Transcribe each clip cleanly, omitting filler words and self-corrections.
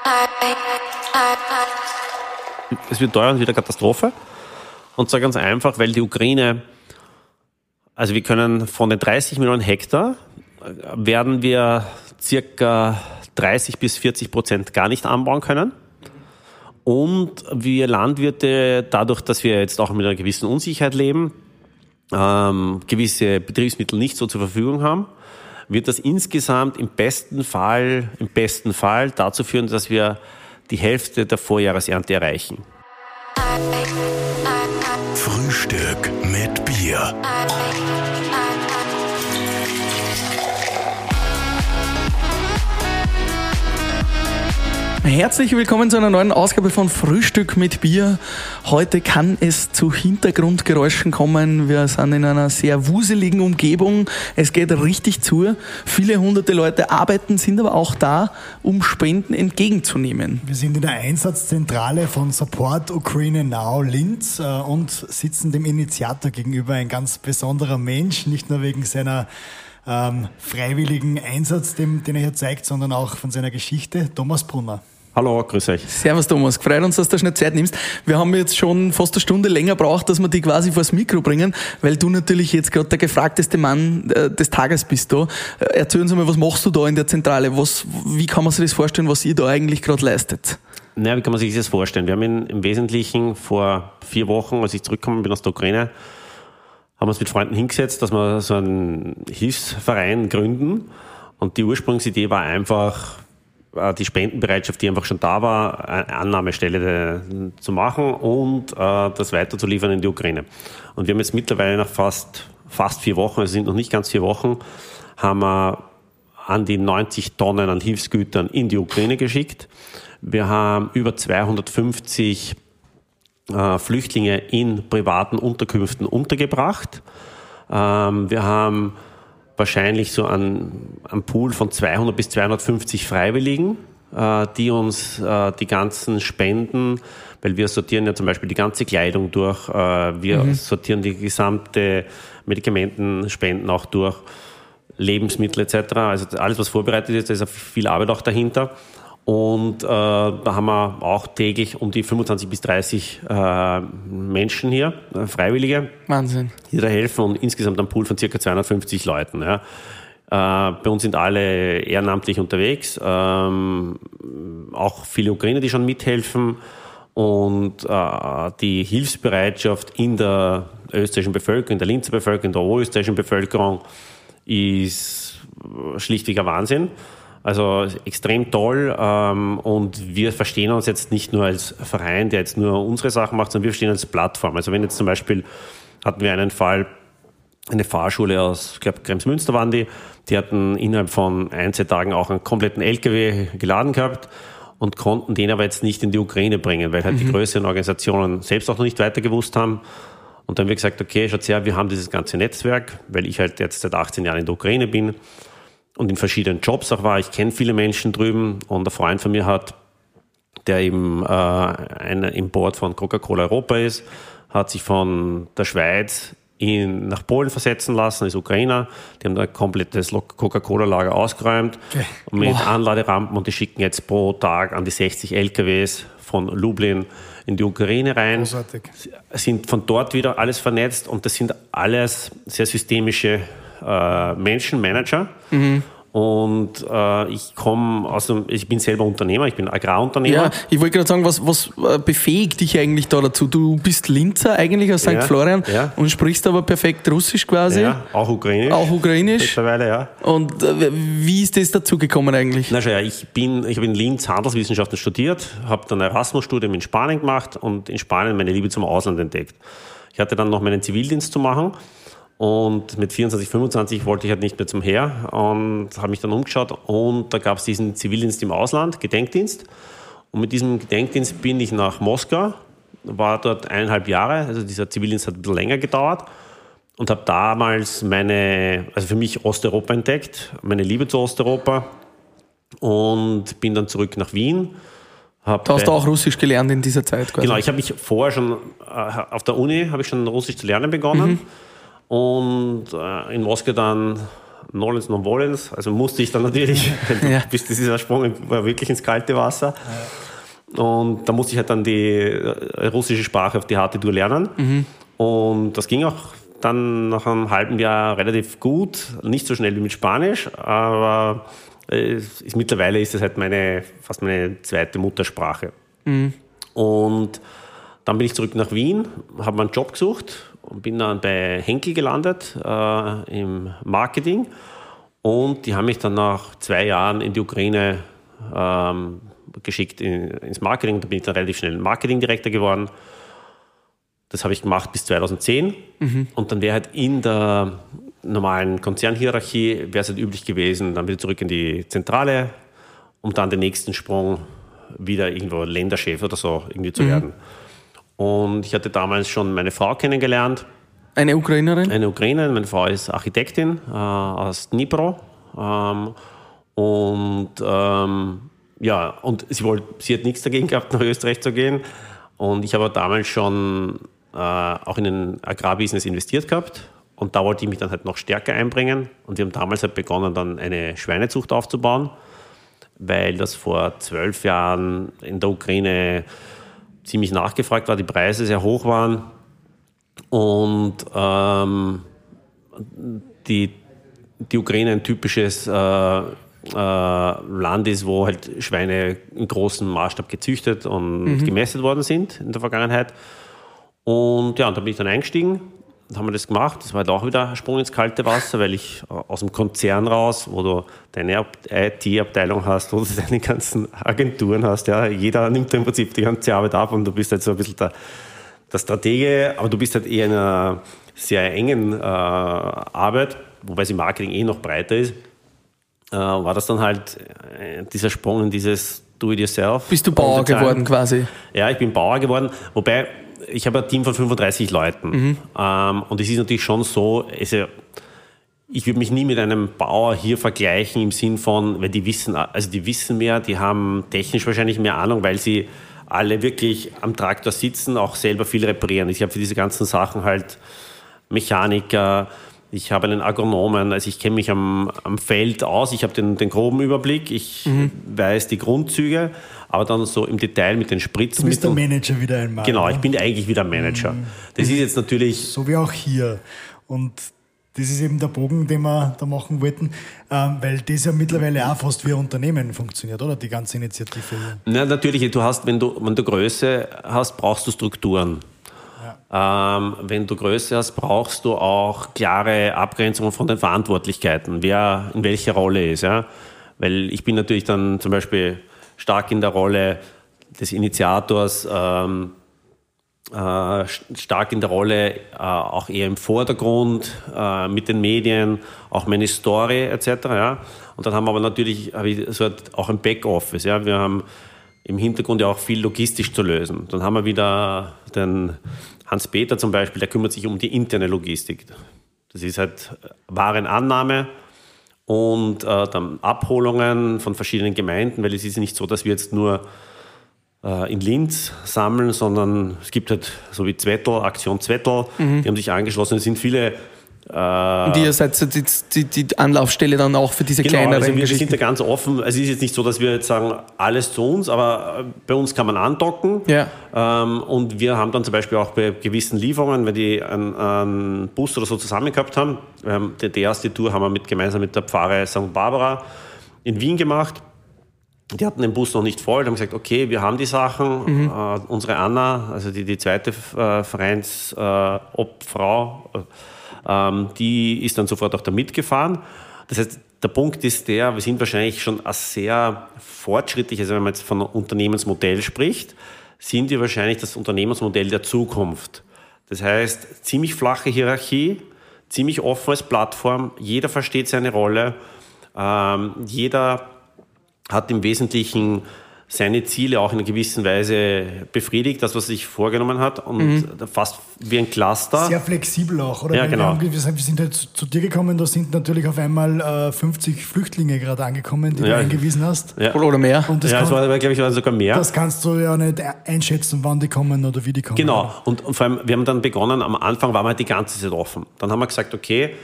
Es wird teuer und wieder Katastrophe. Und zwar ganz einfach, weil die Ukraine, also wir können von den 30 Millionen Hektar, werden wir circa 30-40% gar nicht anbauen können. Und wir Landwirte, dadurch, dass wir jetzt auch mit einer gewissen Unsicherheit leben, gewisse Betriebsmittel nicht so zur Verfügung haben, wird das insgesamt im besten Fall dazu führen, dass wir die Hälfte der Vorjahresernte erreichen. Frühstück mit Bier. Herzlich willkommen zu einer neuen Ausgabe von Frühstück mit Bier. Heute kann es zu Hintergrundgeräuschen kommen. Wir sind in einer sehr wuseligen Umgebung. Es geht richtig zu. Viele hunderte Leute arbeiten, sind aber auch da, um Spenden entgegenzunehmen. Wir sind in der Einsatzzentrale von Support Ukraine Now Linz und sitzen dem Initiator gegenüber, ein ganz besonderer Mensch, nicht nur wegen seiner freiwilligen Einsatz, den er hier zeigt, sondern auch von seiner Geschichte. Thomas Brunner. Hallo, grüß euch. Servus Thomas, freut uns, dass du schnell Zeit nimmst. Wir haben jetzt schon fast eine Stunde länger braucht, dass wir dich quasi vors Mikro bringen, weil du natürlich jetzt gerade der gefragteste Mann des Tages bist da. Erzähl uns einmal, was machst du da in der Zentrale? Wie kann man sich das vorstellen, was ihr da eigentlich gerade leistet? Naja, wie kann man sich das vorstellen? Wir haben im Wesentlichen vor 4 Wochen, als ich zurückgekommen bin aus der Ukraine, haben wir uns mit Freunden hingesetzt, dass wir so einen Hilfsverein gründen. Und die Ursprungsidee war einfach, die Spendenbereitschaft, die einfach schon da war, eine Annahmestelle zu machen und das weiterzuliefern in die Ukraine. Und wir haben jetzt mittlerweile nach fast 4 Wochen, also sind noch nicht ganz 4 Wochen, haben wir an die 90 Tonnen an Hilfsgütern in die Ukraine geschickt. Wir haben über 250 Flüchtlinge in privaten Unterkünften untergebracht. Wir haben wahrscheinlich so einen Pool von 200 bis 250 Freiwilligen, die uns die ganzen Spenden, weil wir sortieren ja zum Beispiel die ganze Kleidung durch, wir sortieren die gesamte Medikamentenspenden auch durch, Lebensmittel etc. Also alles, was vorbereitet ist, da ist viel Arbeit auch dahinter. Und da haben wir auch täglich um die 25 bis 30 Menschen hier, Freiwillige. Wahnsinn. Die da helfen und insgesamt ein Pool von ca. 250 Leuten. Ja. Bei uns sind alle ehrenamtlich unterwegs, auch viele Ukrainer, die schon mithelfen. Und die Hilfsbereitschaft in der österreichischen Bevölkerung, in der Linzer Bevölkerung, in der oberösterreichischen Bevölkerung ist schlichtweg ein Wahnsinn. Also extrem toll und wir verstehen uns jetzt nicht nur als Verein, der jetzt nur unsere Sachen macht, sondern wir verstehen uns als Plattform. Also wenn jetzt zum Beispiel, hatten wir einen Fall, eine Fahrschule aus, ich glaube Kremsmünster waren die hatten innerhalb von 1-2 Tagen auch einen kompletten LKW geladen gehabt und konnten den aber jetzt nicht in die Ukraine bringen, weil halt die größeren Organisationen selbst auch noch nicht weiter gewusst haben. Und dann haben wir gesagt, okay, schaut her, wir haben dieses ganze Netzwerk, weil ich halt jetzt seit 18 Jahren in der Ukraine bin und in verschiedenen Jobs auch war. Ich kenne viele Menschen drüben und ein Freund von mir der eben im Board von Coca-Cola Europa ist, hat sich von der Schweiz nach Polen versetzen lassen, ist Ukrainer. Die haben da ein komplettes Coca-Cola-Lager ausgeräumt mit Anladerampen und die schicken jetzt pro Tag an die 60 LKWs von Lublin in die Ukraine rein. Großartig. Sind von dort wieder alles vernetzt und das sind alles sehr systemische Menschen, Manager. Und ich bin selber Unternehmer, ich bin Agrarunternehmer. Ja, ich wollte gerade sagen, was befähigt dich eigentlich da dazu? Du bist Linzer eigentlich aus St. Florian und sprichst aber perfekt Russisch quasi. Ja, auch Ukrainisch. Auch Ukrainisch. Mittlerweile, ja. Und wie ist das dazu gekommen eigentlich? Na schau, ich habe in Linz Handelswissenschaften studiert, habe dann ein Erasmus-Studium in Spanien gemacht und in Spanien meine Liebe zum Ausland entdeckt. Ich hatte dann noch meinen Zivildienst zu machen. Und mit 24, 25 wollte ich halt nicht mehr zum Heer und habe mich dann umgeschaut und da gab es diesen Zivildienst im Ausland, Gedenkdienst. Und mit diesem Gedenkdienst bin ich nach Moskau, war dort 1,5 Jahre, also dieser Zivildienst hat ein bisschen länger gedauert und habe damals für mich Osteuropa entdeckt, meine Liebe zu Osteuropa und bin dann zurück nach Wien. Da hast du auch Russisch gelernt in dieser Zeit quasi? Genau, ich habe mich vorher schon, auf der Uni habe ich schon Russisch zu lernen begonnen. Und in Moskau dann Nolens, non volens, also musste ich dann natürlich, bis dieser Sprung war wirklich ins kalte Wasser. Und da musste ich halt dann die russische Sprache auf die harte Tour lernen. Und das ging auch dann nach einem halben Jahr relativ gut, nicht so schnell wie mit Spanisch, aber mittlerweile ist es halt fast meine zweite Muttersprache. Und dann bin ich zurück nach Wien, habe mir einen Job gesucht und bin dann bei Henkel gelandet im Marketing. Und die haben mich dann nach 2 Jahren in die Ukraine geschickt ins Marketing. Da bin ich dann relativ schnell Marketingdirektor geworden. Das habe ich gemacht bis 2010. Und dann wäre halt in der normalen Konzernhierarchie wäre es halt üblich gewesen, dann wieder zurück in die Zentrale, um dann den nächsten Sprung wieder irgendwo Länderchef oder so irgendwie zu werden. Und ich hatte damals schon meine Frau kennengelernt. Eine Ukrainerin? Eine Ukrainerin. Meine Frau ist Architektin aus Dnipro. Und sie hat nichts dagegen gehabt, nach Österreich zu gehen. Und ich habe damals schon auch in ein Agrarbusiness investiert gehabt. Und da wollte ich mich dann halt noch stärker einbringen. Und wir haben damals halt begonnen, dann eine Schweinezucht aufzubauen, weil das vor 12 Jahren in der Ukraine ziemlich nachgefragt war, die Preise sehr hoch waren. Und die Ukraine ein typisches Land ist, wo halt Schweine in großem Maßstab gezüchtet und gemästet worden sind in der Vergangenheit. Und ja, und da bin ich dann eingestiegen. Dann haben wir das gemacht. Das war halt auch wieder ein Sprung ins kalte Wasser, weil ich aus dem Konzern raus, wo du deine IT-Abteilung hast, wo du deine ganzen Agenturen hast, ja, jeder nimmt im Prinzip die ganze Arbeit ab und du bist halt so ein bisschen der Stratege, aber du bist halt eher in einer sehr engen Arbeit, wobei sie im Marketing noch breiter ist, war das dann halt dieser Sprung in dieses Do-it-yourself. Bist du Bauer geworden quasi? Ja, ich bin Bauer geworden, wobei ich habe ein Team von 35 Leuten. Und es ist natürlich schon so, also ich würde mich nie mit einem Bauer hier vergleichen im Sinn von, weil die wissen mehr, die haben technisch wahrscheinlich mehr Ahnung, weil sie alle wirklich am Traktor sitzen, auch selber viel reparieren. Ich habe für diese ganzen Sachen halt Mechaniker, ich habe einen Agronomen, also ich kenne mich am Feld aus, ich habe den groben Überblick, ich weiß die Grundzüge, aber dann so im Detail mit den Spritzen. Du bist der Manager wieder einmal. Genau, ich bin eigentlich wieder Manager. Das ist jetzt natürlich... So wie auch hier. Und das ist eben der Bogen, den wir da machen wollten, weil das ja mittlerweile auch fast wie ein Unternehmen funktioniert, oder? Die ganze Initiative. Ja, natürlich, du hast, wenn du Größe hast, brauchst du Strukturen. Wenn du Größe hast, brauchst du auch klare Abgrenzungen von den Verantwortlichkeiten, wer in welcher Rolle ist. Ja? Weil ich bin natürlich dann zum Beispiel stark in der Rolle des Initiators, stark in der Rolle auch eher im Vordergrund, mit den Medien, auch meine Story etc. Ja? Und dann haben wir aber natürlich auch ein Backoffice. Ja? Wir haben im Hintergrund ja auch viel logistisch zu lösen. Dann haben wir wieder den Hans-Peter zum Beispiel, der kümmert sich um die interne Logistik. Das ist halt Warenannahme und dann Abholungen von verschiedenen Gemeinden, weil es ist nicht so, dass wir jetzt nur in Linz sammeln, sondern es gibt halt so wie Zwettl, Aktion Zwettl, die haben sich angeschlossen. Es sind viele... Und ihr seid die Anlaufstelle dann auch für diese kleineren also wir Geschichten? sind da ganz offen. Es ist jetzt nicht so, dass wir jetzt sagen, alles zu uns, aber bei uns kann man andocken. Ja. Und wir haben dann zum Beispiel auch bei gewissen Lieferungen, wenn die einen Bus oder so zusammen gehabt haben, die erste Tour haben wir gemeinsam mit der Pfarre St. Barbara in Wien gemacht. Die hatten den Bus noch nicht voll, die haben gesagt, okay, wir haben die Sachen. Unsere Anna, also die zweite Vereinsobfrau, die ist dann sofort auch da mitgefahren. Das heißt, der Punkt ist wir sind wahrscheinlich schon sehr fortschrittlich, also wenn man jetzt von einem Unternehmensmodell spricht, sind wir wahrscheinlich das Unternehmensmodell der Zukunft. Das heißt, ziemlich flache Hierarchie, ziemlich offenes Plattform, jeder versteht seine Rolle, jeder hat im Wesentlichen seine Ziele auch in einer gewissen Weise befriedigt, das, was er sich vorgenommen hat, und fast wie ein Cluster. Sehr flexibel auch, oder? Ja, genau. Wir sind halt zu dir gekommen, da sind natürlich auf einmal 50 Flüchtlinge gerade angekommen, die du eingewiesen hast. Ja. Oder mehr. Und es war, glaube ich, sogar mehr. Das kannst du ja nicht einschätzen, wann die kommen oder wie die kommen. Genau. Und vor allem, wir haben dann begonnen, am Anfang waren wir halt die ganze Zeit offen. Dann haben wir gesagt, okay,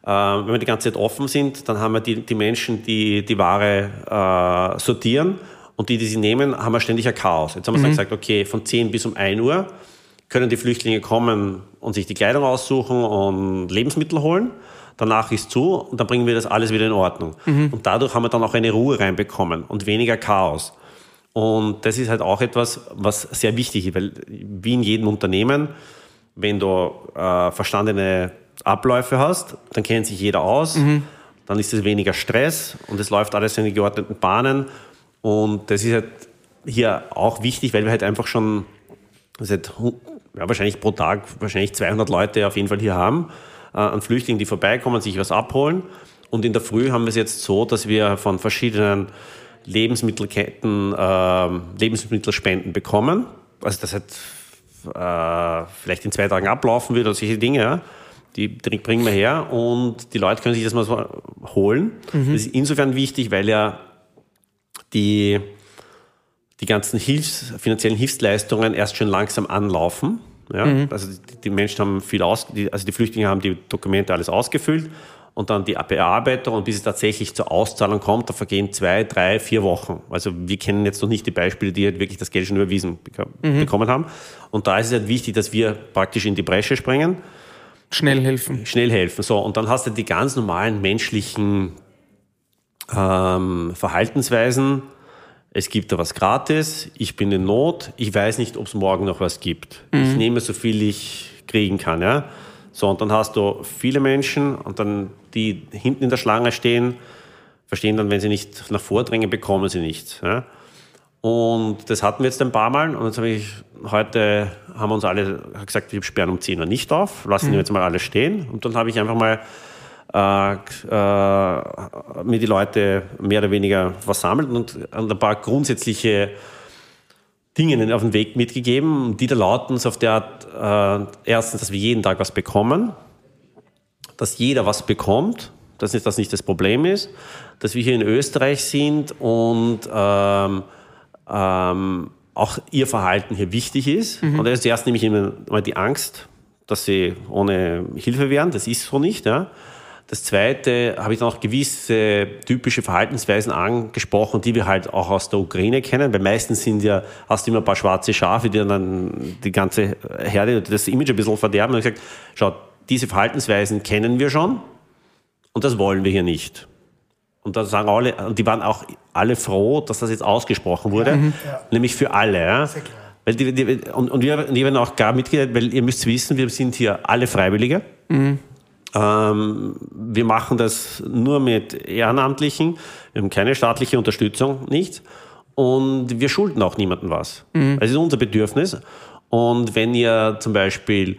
Wenn wir die ganze Zeit offen sind, dann haben wir die Menschen, die Ware sortieren und die sie nehmen, haben wir ständig ein Chaos. Jetzt haben wir dann gesagt, okay, von 10 bis um 1 Uhr können die Flüchtlinge kommen und sich die Kleidung aussuchen und Lebensmittel holen. Danach ist zu und dann bringen wir das alles wieder in Ordnung. Und dadurch haben wir dann auch eine Ruhe reinbekommen und weniger Chaos. Und das ist halt auch etwas, was sehr wichtig ist, weil wie in jedem Unternehmen, wenn du verstandene Abläufe hast, dann kennt sich jeder aus, dann ist es weniger Stress und es läuft alles in die geordneten Bahnen. Und das ist halt hier auch wichtig, weil wir halt einfach schon wahrscheinlich pro Tag 200 Leute auf jeden Fall hier haben, an Flüchtlingen, die vorbeikommen, sich was abholen. Und in der Früh haben wir es jetzt so, dass wir von verschiedenen Lebensmittelketten Lebensmittelspenden bekommen. Also das hat vielleicht in 2 Tagen ablaufen wird oder solche Dinge, ja. Die bringen wir her und die Leute können sich das mal so holen. Das ist insofern wichtig, weil ja die ganzen finanziellen Hilfsleistungen erst schon langsam anlaufen. Ja? Also die Menschen haben die Flüchtlinge haben die Dokumente alles ausgefüllt und dann die Bearbeitung und bis es tatsächlich zur Auszahlung kommt, da vergehen 2, 3, 4 Wochen. Also wir kennen jetzt noch nicht die Beispiele, die halt wirklich das Geld schon überwiesen bekommen haben. Und da ist es halt wichtig, dass wir praktisch in die Bresche springen. Schnell helfen. So, und dann hast du die ganz normalen menschlichen Verhaltensweisen. Es gibt da was gratis, ich bin in Not, ich weiß nicht, ob es morgen noch was gibt. Ich nehme so viel ich kriegen kann. Ja? So, und dann hast du viele Menschen und dann die hinten in der Schlange stehen, verstehen dann, wenn sie nicht nach vordrängen, bekommen sie nichts. Ja? Und das hatten wir jetzt ein paar Mal und jetzt heute haben wir uns alle gesagt, wir sperren um 10 Uhr nicht auf, lassen die jetzt mal alle stehen. Und dann habe ich einfach mal mir die Leute mehr oder weniger versammelt und ein paar grundsätzliche Dinge auf den Weg mitgegeben, die da lauten so auf der Art, erstens, dass wir jeden Tag was bekommen, dass jeder was bekommt, dass das nicht das Problem ist, dass wir hier in Österreich sind und auch ihr Verhalten hier wichtig ist. Und als erstes nehme ich ihnen mal die Angst, dass sie ohne Hilfe wären. Das ist so nicht. Ja. Das Zweite habe ich dann auch gewisse typische Verhaltensweisen angesprochen, die wir halt auch aus der Ukraine kennen, weil meistens hast du immer ein paar schwarze Schafe, die dann die ganze Herde, das Image ein bisschen verderben. Und ich habe gesagt, schau, diese Verhaltensweisen kennen wir schon und das wollen wir hier nicht. Und da sagen alle, und die waren auch alle froh, dass das jetzt ausgesprochen wurde, nämlich für alle. Ja. Sehr klar. Weil wir werden auch gar mitgeteilt, weil ihr müsst wissen, wir sind hier alle Freiwillige. Wir machen das nur mit Ehrenamtlichen, wir haben keine staatliche Unterstützung, nichts. Und wir schulden auch niemandem was. Das ist unser Bedürfnis. Und wenn ihr zum Beispiel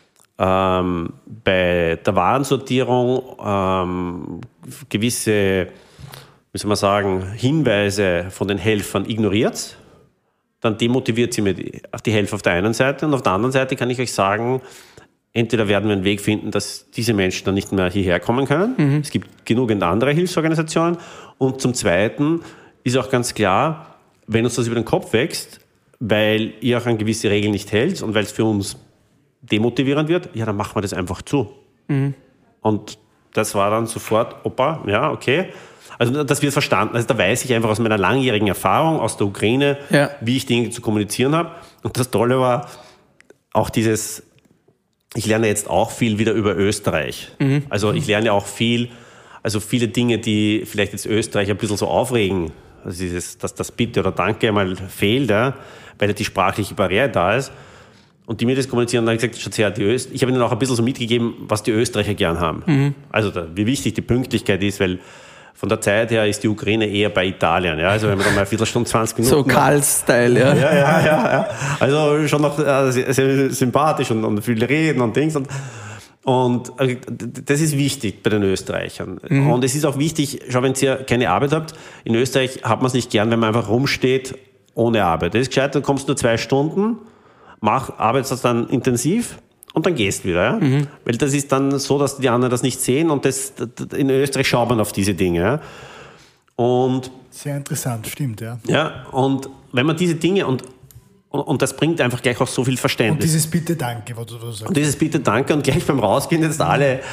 bei der Warensortierung gewisse, wie soll man sagen, Hinweise von den Helfern ignoriert, dann demotiviert sie mir die Helfer auf der einen Seite und auf der anderen Seite kann ich euch sagen, entweder werden wir einen Weg finden, dass diese Menschen dann nicht mehr hierher kommen können. Es gibt genügend andere Hilfsorganisationen. Und zum Zweiten ist auch ganz klar, wenn uns das über den Kopf wächst, weil ihr auch an gewisse Regeln nicht hält und weil es für uns demotivierend wird, ja, dann machen wir das einfach zu. Und das war dann sofort, Opa, ja, okay. Also das wird verstanden. Also da weiß ich einfach aus meiner langjährigen Erfahrung aus der Ukraine, wie ich Dinge zu kommunizieren habe. Und das Tolle war auch ich lerne jetzt auch viel wieder über Österreich. Also ich lerne auch viele Dinge, die vielleicht jetzt Österreich ein bisschen so aufregen. Also dass das Bitte oder Danke mal fehlt, ja, weil die sprachliche Barriere da ist. Und die mir das kommunizieren, dann habe ich gesagt, ich habe ihnen auch ein bisschen so mitgegeben, was die Österreicher gern haben. Also wie wichtig die Pünktlichkeit ist, weil von der Zeit her ist die Ukraine eher bei Italien. Ja? Also wenn man dann mal eine Viertelstunde, 20 Minuten... So Karl-Style, ja. Ja. Also schon noch sehr, sehr sympathisch und viel reden und Dings. Und das ist wichtig bei den Österreichern. Und es ist auch wichtig, schau, wenn ihr keine Arbeit habt, in Österreich hat man es nicht gern, wenn man einfach rumsteht ohne Arbeit. Das ist gescheit, dann kommst du nur 2 Stunden, arbeitest das dann intensiv und dann gehst wieder. Ja? Weil das ist dann so, dass die anderen das nicht sehen und in Österreich schaut man auf diese Dinge. Ja? Und sehr interessant, stimmt, ja. Ja, und wenn man diese Dinge und das bringt einfach gleich auch so viel Verständnis. Und dieses Bitte-Danke, was du sagst. Und dieses Bitte-Danke und gleich beim Rausgehen jetzt alle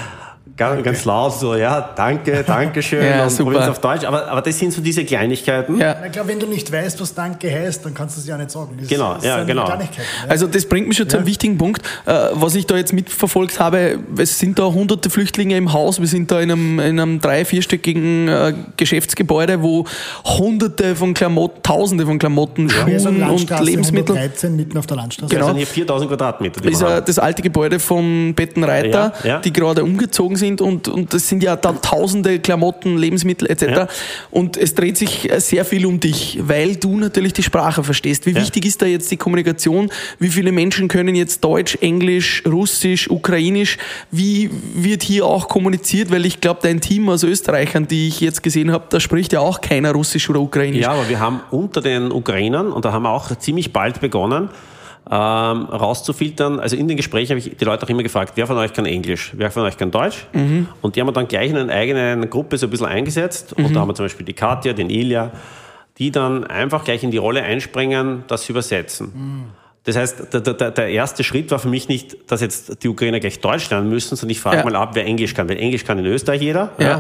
ganz laut so, ja, danke schön, Ja, und super. probier's auf Deutsch. Aber das sind so diese Kleinigkeiten. Ja. Ich glaube, wenn du nicht weißt, was Danke heißt, dann kannst du es ja nicht sagen. Das Genau, ist ja, eine genau. Kleinigkeit, ja. Also das bringt mich schon zu einem wichtigen Punkt, was ich da jetzt mitverfolgt habe. Es sind da hunderte Flüchtlinge im Haus. Wir sind da in einem 3-4-stöckigen Geschäftsgebäude, wo hunderte von Klamotten, tausende von Klamotten, Wir sind Schuhen und Landstraße Lebensmittel. 113 mitten auf der Landstraße. Das Genau. sind hier 4000 Quadratmeter. Die Ist wir ja haben. das alte Gebäude von Bettenreiter, Ja, ja. die gerade umgezogen sind und das sind ja dann tausende Klamotten, Lebensmittel etc. Ja. Und es dreht sich sehr viel um dich, weil du natürlich die Sprache verstehst. Wie wichtig ist da jetzt die Kommunikation? Wie viele Menschen können jetzt Deutsch, Englisch, Russisch, Ukrainisch? Wie wird hier auch kommuniziert? Weil ich glaube, dein Team aus Österreichern, die ich jetzt gesehen habe, da spricht ja auch keiner Russisch oder Ukrainisch. Ja, aber wir haben unter den Ukrainern, und da haben wir auch ziemlich bald begonnen, rauszufiltern. Also in den Gesprächen habe ich die Leute auch immer gefragt, wer von euch kann Englisch, wer von euch kann Deutsch? Und die haben wir dann gleich in eine eigene Gruppe so ein bisschen eingesetzt. Und da haben wir zum Beispiel die Katja, den Ilja, die dann einfach gleich in die Rolle einspringen, das übersetzen. Das heißt, der erste Schritt war für mich nicht, dass jetzt die Ukrainer gleich Deutsch lernen müssen, sondern ich frage mal ab, wer Englisch kann. Weil Englisch kann in Österreich jeder. Ja.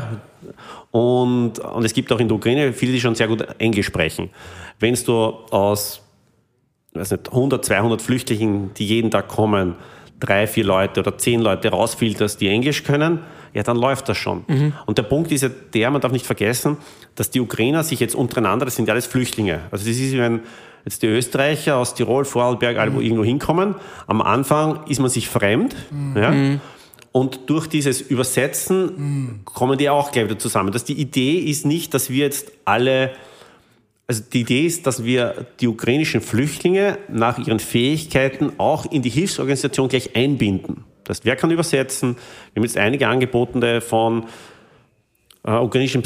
Und es gibt auch in der Ukraine viele, die schon sehr gut Englisch sprechen. Wenn du aus 100, 200 Flüchtlingen, die jeden Tag kommen, 3, 4 Leute oder 10 Leute rausfilterst, die Englisch können, ja, dann läuft das schon. Und der Punkt ist ja man darf nicht vergessen, dass die Ukrainer sich jetzt untereinander, das sind ja alles Flüchtlinge. Also das ist, wenn jetzt die Österreicher aus Tirol, Vorarlberg, irgendwo hinkommen, am Anfang ist man sich fremd, ja. Und durch dieses Übersetzen kommen die auch gleich wieder zusammen. Die Idee ist nicht, dass wir jetzt alle, also die Idee ist, dass wir die ukrainischen Flüchtlinge nach ihren Fähigkeiten auch in die Hilfsorganisation gleich einbinden. Das heißt, wer kann übersetzen? Wir haben jetzt einige Angebotene von ukrainischen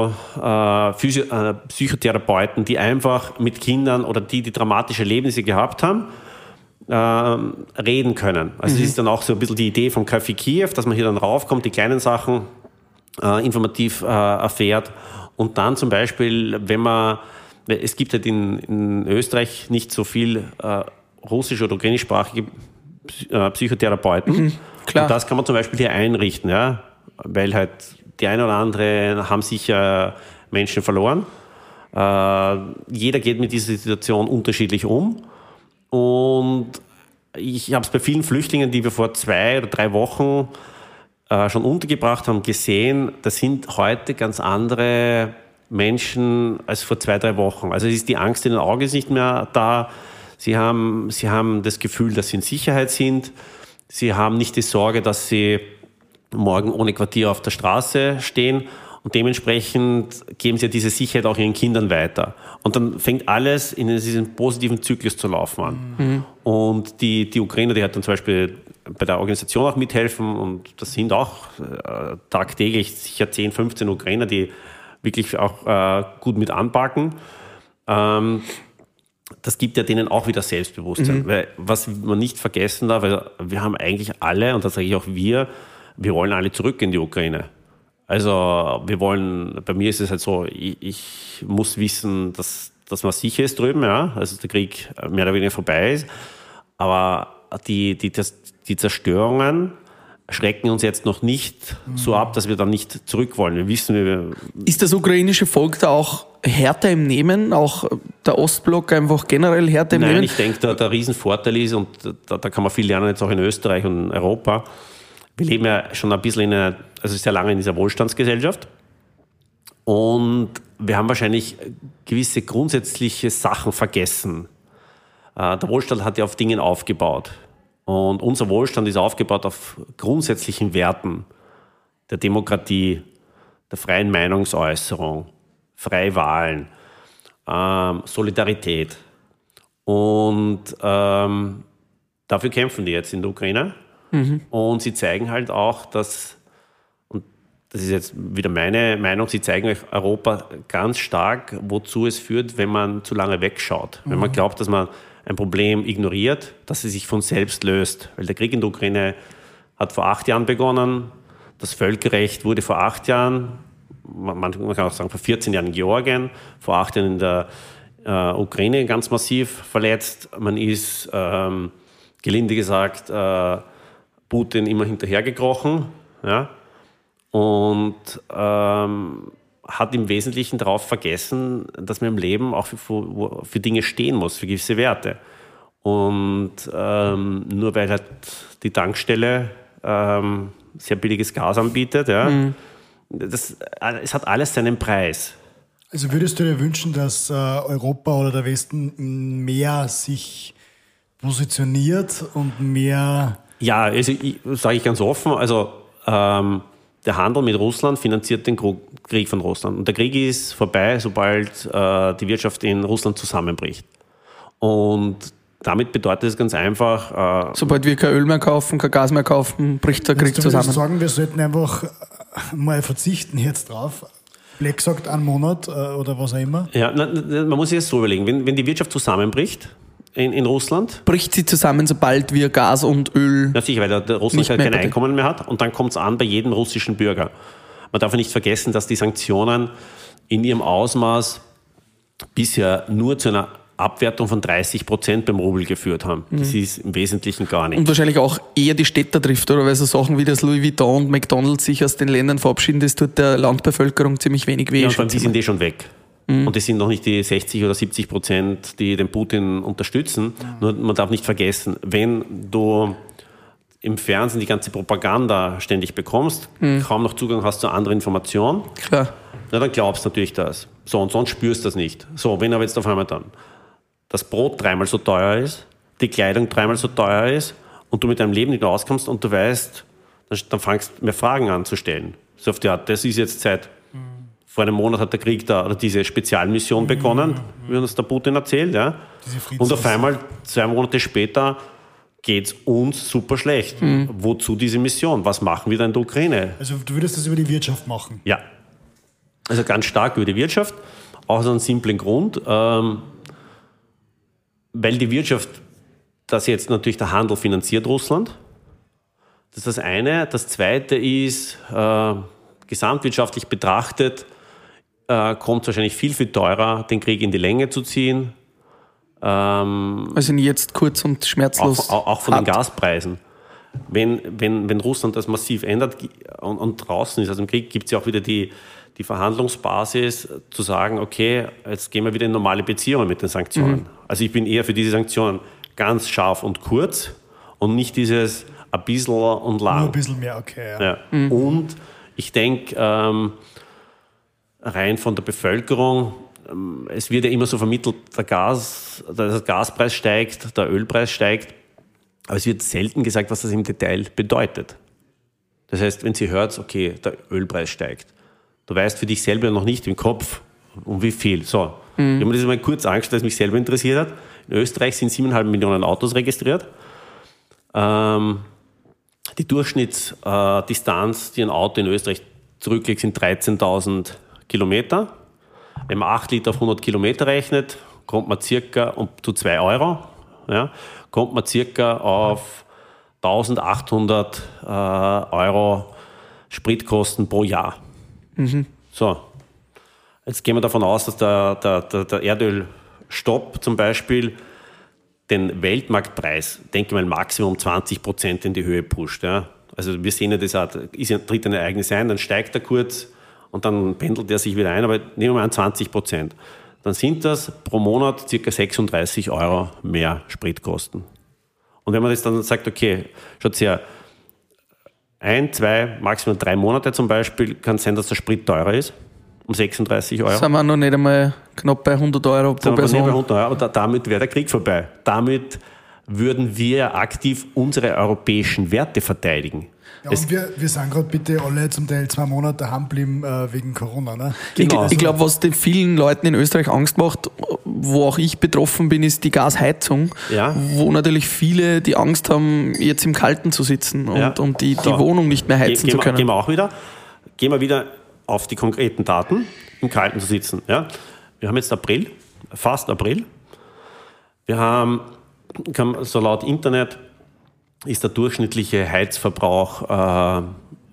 Psychotherapeuten, die einfach mit Kindern oder die dramatische Erlebnisse gehabt haben, reden können. Also das ist dann auch so ein bisschen die Idee vom Café Kiew, dass man hier dann raufkommt, die kleinen Sachen informativ erfährt und dann zum Beispiel, es gibt halt in Österreich nicht so viel russisch- oder ukrainischsprachige Psychotherapeuten. klar. Und das kann man zum Beispiel hier einrichten, ja, weil halt die eine oder andere haben sicher Menschen verloren. Jeder geht mit dieser Situation unterschiedlich um. Und ich habe es bei vielen Flüchtlingen, die wir vor 2 oder 3 Wochen schon untergebracht haben, gesehen, das sind heute ganz andere Menschen als vor 2, 3 Wochen. Also es ist die Angst in den Augen ist nicht mehr da. Sie haben das Gefühl, dass sie in Sicherheit sind. Sie haben nicht die Sorge, dass sie morgen ohne Quartier auf der Straße stehen. Und dementsprechend geben sie diese Sicherheit auch ihren Kindern weiter. Und dann fängt alles in diesem positiven Zyklus zu laufen an. Und die Ukrainer, die halt dann zum Beispiel bei der Organisation auch mithelfen, und das sind auch tagtäglich sicher 10, 15 Ukrainer, die wirklich auch gut mit anpacken. Das gibt ja denen auch wieder Selbstbewusstsein. Weil was man nicht vergessen darf, weil wir haben eigentlich alle, und das sage ich auch wir wollen alle zurück in die Ukraine. Also bei mir ist es halt so, ich muss wissen, dass man sicher ist drüben, ja, also der Krieg mehr oder weniger vorbei ist. Aber die Zerstörungen schrecken uns jetzt noch nicht so ab, dass wir dann nicht zurück wollen. Wir wissen, Ist das ukrainische Volk da auch härter im Nehmen? Auch der Ostblock einfach generell härter im Nehmen? Nein, ich denke, der Riesenvorteil ist, und da kann man viel lernen, jetzt auch in Österreich und in Europa. Wir leben ja schon ein bisschen sehr lange in dieser Wohlstandsgesellschaft. Und wir haben wahrscheinlich gewisse grundsätzliche Sachen vergessen. Der Wohlstand hat ja auf Dingen aufgebaut. Und unser Wohlstand ist aufgebaut auf grundsätzlichen Werten der Demokratie, der freien Meinungsäußerung, freie Wahlen, Solidarität. Und dafür kämpfen die jetzt in der Ukraine. Und sie zeigen halt auch, und das ist jetzt wieder meine Meinung, sie zeigen euch Europa ganz stark, wozu es führt, wenn man zu lange wegschaut. Wenn man glaubt, dass man ein Problem ignoriert, dass es sich von selbst löst. Weil der Krieg in der Ukraine hat vor 8 Jahren begonnen, das Völkerrecht wurde vor 8 Jahren, man kann auch sagen vor 14 Jahren in Georgien, vor 8 Jahren in der Ukraine ganz massiv verletzt. Man ist, gelinde gesagt, Putin immer hinterhergekrochen. Ja? und hat im Wesentlichen darauf vergessen, dass man im Leben auch für Dinge stehen muss, für gewisse Werte. Und nur weil halt die Tankstelle sehr billiges Gas anbietet, es hat alles seinen Preis. Also würdest du dir wünschen, dass Europa oder der Westen mehr sich positioniert und mehr... Ja, also sage ich ganz offen, also der Handel mit Russland finanziert den Krieg von Russland. Und der Krieg ist vorbei, sobald die Wirtschaft in Russland zusammenbricht. Und damit bedeutet es ganz einfach... sobald wir kein Öl mehr kaufen, kein Gas mehr kaufen, bricht der Krieg zusammen. Ich würde sagen, wir sollten einfach mal verzichten jetzt drauf. Black sagt einen Monat oder was auch immer. Ja, man muss sich das so überlegen. Wenn die Wirtschaft zusammenbricht in Russland... Bricht sie zusammen, sobald wir Gas und Öl... Ja, sicher, weil der Russland halt kein Einkommen mehr hat. Und dann kommt es an bei jedem russischen Bürger. Man darf ja nicht vergessen, dass die Sanktionen in ihrem Ausmaß bisher nur zu einer Abwertung von 30% beim Rubel geführt haben. Das ist im Wesentlichen gar nicht. Und wahrscheinlich auch eher die Städter trifft, oder? Weil so Sachen wie das Louis Vuitton und McDonald's sich aus den Ländern verabschieden, das tut der Landbevölkerung ziemlich wenig weh. Ja, und vor allem, die sind schon weg. Und das sind noch nicht die 60 oder 70%, die den Putin unterstützen. Nur man darf nicht vergessen, wenn du im Fernsehen die ganze Propaganda ständig bekommst, kaum noch Zugang hast zu anderen Informationen, Klar. Na, dann glaubst du natürlich das. So, und sonst spürst du das nicht. So, wenn aber jetzt auf einmal dann das Brot 3-mal so teuer ist, die Kleidung 3-mal so teuer ist und du mit deinem Leben nicht mehr auskommst und du weißt, dann fangst du mir Fragen an zu stellen. So auf die Art, das ist jetzt seit vor einem Monat hat der Krieg da oder diese Spezialmission begonnen, wie uns der Putin erzählt, ja. Und auf einmal 2 Monate später geht's uns super schlecht. Wozu diese Mission? Was machen wir da in der Ukraine? Also du würdest das über die Wirtschaft machen? Ja. Also ganz stark über die Wirtschaft, aus einem simplen Grund, weil die Wirtschaft, das jetzt natürlich der Handel finanziert Russland. Das ist das eine. Das zweite ist, gesamtwirtschaftlich betrachtet, kommt es wahrscheinlich viel, viel teurer, den Krieg in die Länge zu ziehen. Also jetzt kurz und schmerzlos. Auch von den Gaspreisen. Wenn Russland das massiv ändert und draußen ist, also im Krieg, gibt es ja auch wieder die Verhandlungsbasis zu sagen, okay, jetzt gehen wir wieder in normale Beziehungen mit den Sanktionen. Also ich bin eher für diese Sanktionen ganz scharf und kurz und nicht dieses ein bisschen und lang. Nur ein bisschen mehr, okay. Ja. Ja. Und ich denke, rein von der Bevölkerung, es wird ja immer so vermittelt, der Gaspreis steigt, der Ölpreis steigt, aber es wird selten gesagt, was das im Detail bedeutet. Das heißt, wenn Sie hört, okay, der Ölpreis steigt, du weißt für dich selber noch nicht im Kopf, um wie viel. So, ich habe mir das mal kurz angeschaut, das mich selber interessiert hat. In Österreich sind 7,5 Millionen Autos registriert. Die Durchschnittsdistanz, die ein Auto in Österreich zurücklegt, sind 13.000 Kilometer. Wenn man 8 Liter auf 100 Kilometer rechnet, kommt man circa zu 2 Euro, ja, kommt man circa auf 1.800 Euro Spritkosten pro Jahr. So, jetzt gehen wir davon aus, dass der Erdölstopp zum Beispiel den Weltmarktpreis, denke ich mal, Maximum 20% in die Höhe pusht. Ja. Also wir sehen ja, tritt ein Ereignis ein, dann steigt er kurz und dann pendelt er sich wieder ein, aber nehmen wir mal an 20%. Dann sind das pro Monat ca. 36 Euro mehr Spritkosten. Und wenn man jetzt dann sagt, okay, schaut her, 1, 2, maximal 3 Monate zum Beispiel, kann es sein, dass der Sprit teurer ist, um 36 Euro. Sind wir noch nicht einmal knapp bei 100 Euro pro Person. Aber damit wäre der Krieg vorbei. Damit würden wir aktiv unsere europäischen Werte verteidigen. Ja, und wir sind gerade bitte alle zum Teil 2 Monate daheim geblieben wegen Corona. Ne? Genau. Ich glaube, was den vielen Leuten in Österreich Angst macht, wo auch ich betroffen bin, ist die Gasheizung, ja. Wo natürlich viele die Angst haben, jetzt im Kalten zu sitzen und die Wohnung nicht mehr heizen zu können. Gehen wir wieder auf die konkreten Daten, im Kalten zu sitzen. Ja? Wir haben jetzt April, fast April. Wir haben, so laut Internet, ist der durchschnittliche Heizverbrauch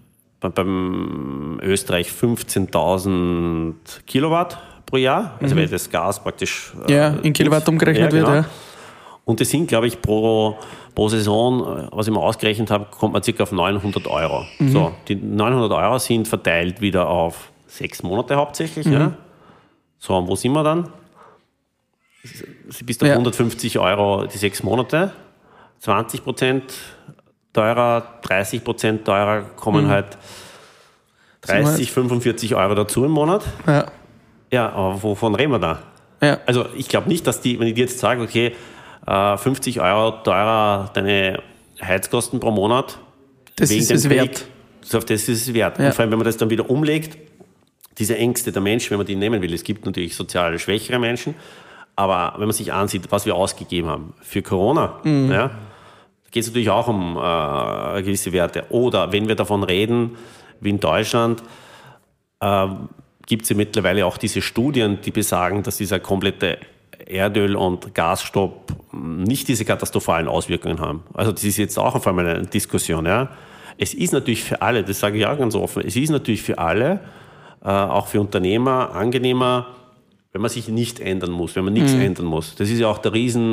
beim Österreich 15.000 Kilowatt pro Jahr, also weil das Gas praktisch in Kilowatt umgerechnet wird. Genau. Ja. Und das sind, glaube ich, pro Saison, was ich mal ausgerechnet habe, kommt man circa auf 900 Euro. So, die 900 Euro sind verteilt wieder auf 6 Monate hauptsächlich. Ja? So, und wo sind wir dann? Sie bist auf 150 Euro die 6 Monate. 20% teurer, 30% teurer, kommen halt 30, 45 Euro dazu im Monat. Ja. Ja, aber wovon reden wir da? Ja. Also ich glaube nicht, dass wenn ich dir jetzt sage, okay, 50 Euro teurer deine Heizkosten pro Monat. Das ist es wert. Das ist es wert. Ja. Und vor allem, wenn man das dann wieder umlegt, diese Ängste der Menschen, wenn man die nehmen will, es gibt natürlich sozial schwächere Menschen, aber wenn man sich ansieht, was wir ausgegeben haben für Corona, ja, geht es natürlich auch um gewisse Werte. Oder wenn wir davon reden, wie in Deutschland, gibt es ja mittlerweile auch diese Studien, die besagen, dass dieser komplette Erdöl- und Gasstopp nicht diese katastrophalen Auswirkungen haben. Also das ist jetzt auch auf einmal eine Diskussion. Ja. Es ist natürlich für alle, das sage ich auch ganz offen, es ist natürlich für alle, auch für Unternehmer, angenehmer, wenn man sich nicht ändern muss, wenn man nichts ändern muss. Das ist ja auch der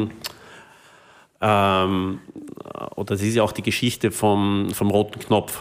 oder das ist ja auch die Geschichte vom roten Knopf.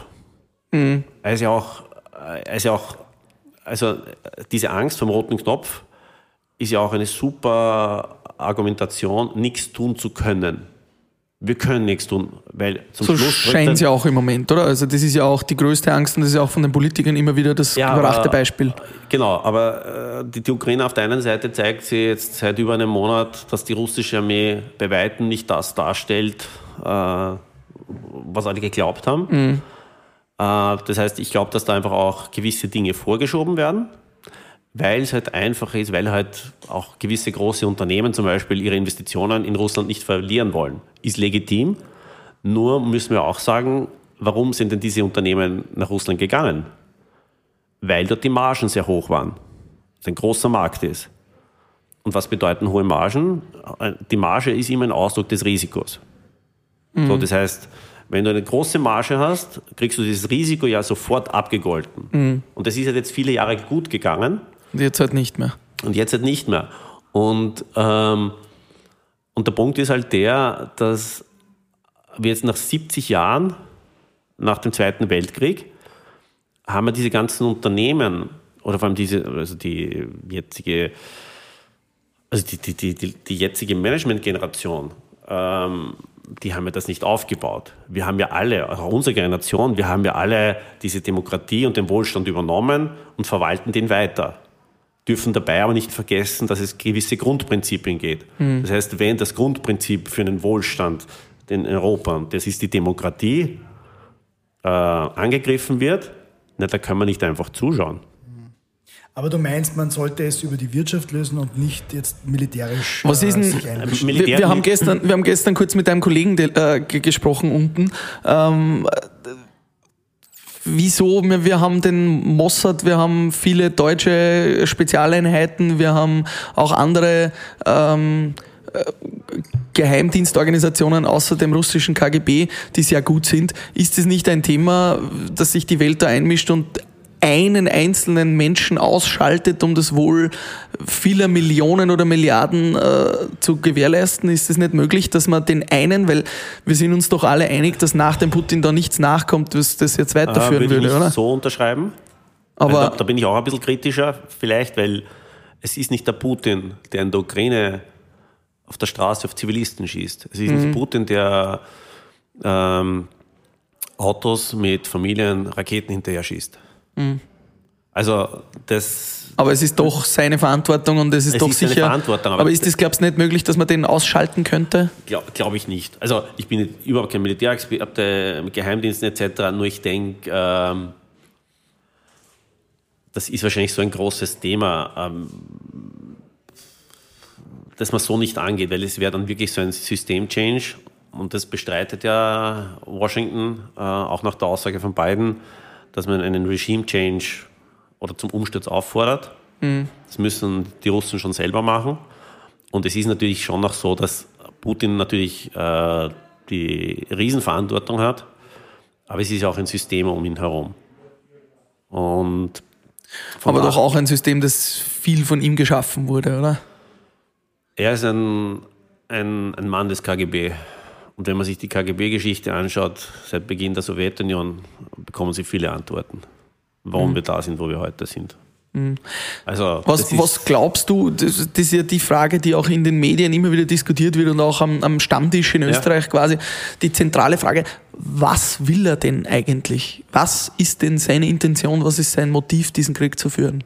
Also diese Angst vom roten Knopf ist ja auch eine super Argumentation, nichts tun zu können. Wir können nichts tun, weil zum So Schluss scheint es ja auch im Moment, oder? Also das ist ja auch die größte Angst und das ist ja auch von den Politikern immer wieder das gebrachte Beispiel. Genau, aber die Ukraine auf der einen Seite zeigt sie jetzt seit über einem Monat, dass die russische Armee bei Weitem nicht das darstellt, was alle geglaubt haben. Das heißt, ich glaube, dass da einfach auch gewisse Dinge vorgeschoben werden, weil es halt einfach ist, weil halt auch gewisse große Unternehmen zum Beispiel ihre Investitionen in Russland nicht verlieren wollen. Ist legitim, nur müssen wir auch sagen, warum sind denn diese Unternehmen nach Russland gegangen? Weil dort die Margen sehr hoch waren, es ein großer Markt ist. Und was bedeuten hohe Margen? Die Marge ist immer ein Ausdruck des Risikos. So, das heißt, wenn du eine große Marge hast, kriegst du dieses Risiko ja sofort abgegolten. Und das ist halt jetzt viele Jahre gut gegangen. Und jetzt halt nicht mehr. Und der Punkt ist halt der, dass wir jetzt nach 70 Jahren, nach dem Zweiten Weltkrieg, haben wir diese ganzen Unternehmen, oder vor allem die jetzige Management-Generation, die haben ja das nicht aufgebaut. Wir haben ja alle, auch unsere Generation, wir haben ja alle diese Demokratie und den Wohlstand übernommen und verwalten den weiter. Dürfen dabei aber nicht vergessen, dass es gewisse Grundprinzipien geht. Das heißt, wenn das Grundprinzip für einen Wohlstand in Europa, das ist die Demokratie, angegriffen wird, na, da kann man nicht einfach zuschauen. Aber du meinst, man sollte es über die Wirtschaft lösen und nicht jetzt militärisch Was ist denn, sich einmischen? wir haben gestern kurz mit einem Kollegen gesprochen unten. Wieso? Wir haben den Mossad, wir haben viele deutsche Spezialeinheiten, wir haben auch andere Geheimdienstorganisationen außer dem russischen KGB, die sehr gut sind. Ist es nicht ein Thema, dass sich die Welt da einmischt und einen einzelnen Menschen ausschaltet, um das Wohl vieler Millionen oder Milliarden zu gewährleisten? Ist es nicht möglich, dass man den einen, weil wir sind uns doch alle einig, dass nach dem Putin da nichts nachkommt, was das jetzt weiterführen würde, oder? Würde ich so unterschreiben. Aber da bin ich auch ein bisschen kritischer, vielleicht, weil es ist nicht der Putin, der in der Ukraine auf der Straße auf Zivilisten schießt. Es ist nicht Putin, der Autos mit Familien, Raketen hinterher schießt. Also das. Aber es ist doch seine Verantwortung und es ist doch sicher. Seine Verantwortung, aber ist das, glaubst du, nicht möglich, dass man den ausschalten könnte? Glaube ich nicht. Also ich bin überhaupt kein Militärexperte mit Geheimdiensten etc. Nur ich denke, das ist wahrscheinlich so ein großes Thema, das man so nicht angeht, weil es wäre dann wirklich so ein System-Change und das bestreitet ja Washington, auch nach der Aussage von Biden, dass man einen Regime-Change oder zum Umsturz auffordert. Das müssen die Russen schon selber machen. Und es ist natürlich schon noch so, dass Putin natürlich die Riesenverantwortung hat, aber es ist auch ein System um ihn herum. Und aber doch auch ein System, das viel von ihm geschaffen wurde, oder? Er ist ein ein Mann des KGB. Und wenn man sich die KGB-Geschichte anschaut, seit Beginn der Sowjetunion, bekommen sie viele Antworten, warum wir da sind, wo wir heute sind. Also, was glaubst du, das ist ja die Frage, die auch in den Medien immer wieder diskutiert wird und auch am Stammtisch in Österreich quasi, die zentrale Frage, was will er denn eigentlich? Was ist denn seine Intention, was ist sein Motiv, diesen Krieg zu führen?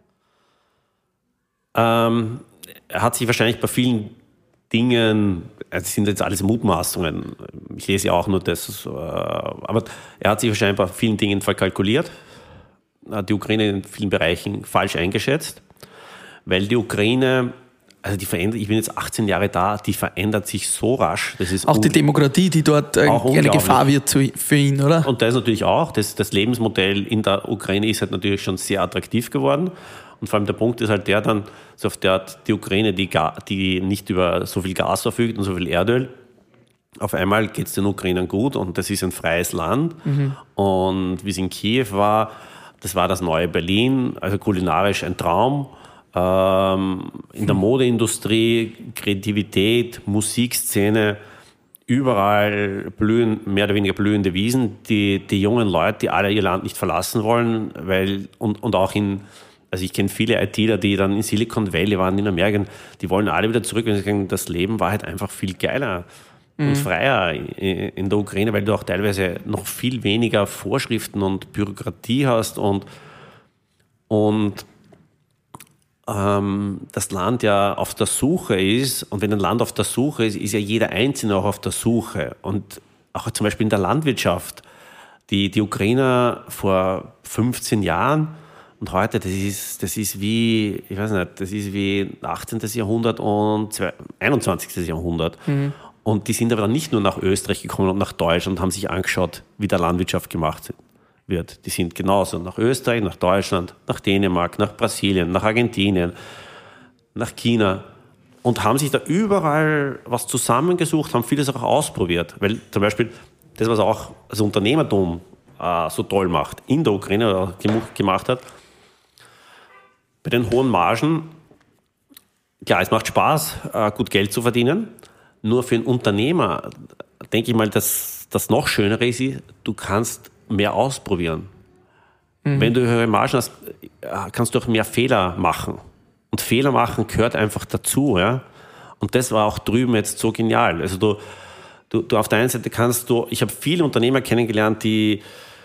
Er hat sich wahrscheinlich bei vielen Dingen, es sind jetzt alles Mutmaßungen, ich lese ja auch nur das, aber er hat sich wahrscheinlich bei vielen Dingen verkalkuliert, hat die Ukraine in vielen Bereichen falsch eingeschätzt, weil die Ukraine, also die verändert, ich bin jetzt 18 Jahre da, die verändert sich so rasch. Das ist auch die Demokratie, die dort eine Gefahr wird für ihn, oder? Und da ist natürlich auch, das Lebensmodell in der Ukraine ist halt natürlich schon sehr attraktiv geworden. Und vor allem der Punkt ist halt der dann, so auf der Art, die Ukraine, die nicht über so viel Gas verfügt und so viel Erdöl, auf einmal geht es den Ukrainern gut und das ist ein freies Land. Und wie es in Kiew war, das war das neue Berlin, also kulinarisch ein Traum. In der Modeindustrie, Kreativität, Musikszene, überall mehr oder weniger blühende Wiesen. Die jungen Leute, die alle ihr Land nicht verlassen wollen, und auch also ich kenne viele ITler, die dann in Silicon Valley waren, in Amerika, die wollen alle wieder zurück, weil sie sagen, das Leben war halt einfach viel geiler und freier in der Ukraine, weil du auch teilweise noch viel weniger Vorschriften und Bürokratie hast und das Land ja auf der Suche ist. Und wenn ein Land auf der Suche ist, ist ja jeder Einzelne auch auf der Suche. Und auch zum Beispiel in der Landwirtschaft. Die Ukrainer vor 15 Jahren und heute, das ist wie, ich weiß nicht, das ist wie 18. Jahrhundert und 21. Jahrhundert. Und die sind aber dann nicht nur nach Österreich gekommen und nach Deutschland und haben sich angeschaut, wie der Landwirtschaft gemacht wird. Die sind genauso nach Österreich, nach Deutschland, nach Dänemark, nach Brasilien, nach Argentinien, nach China und haben sich da überall was zusammengesucht, haben vieles auch ausprobiert. Weil zum Beispiel das, was auch das Unternehmertum so toll macht, in der Ukraine gemacht hat, bei den hohen Margen, klar, es macht Spaß, gut Geld zu verdienen, nur für einen Unternehmer, denke ich mal, dass das noch Schönere ist, du kannst mehr ausprobieren. Wenn du höhere Margen hast, kannst du auch mehr Fehler machen. Und Fehler machen gehört einfach dazu. Ja? Und das war auch drüben jetzt so genial. Also du auf der einen Seite ich habe viele Unternehmer kennengelernt, die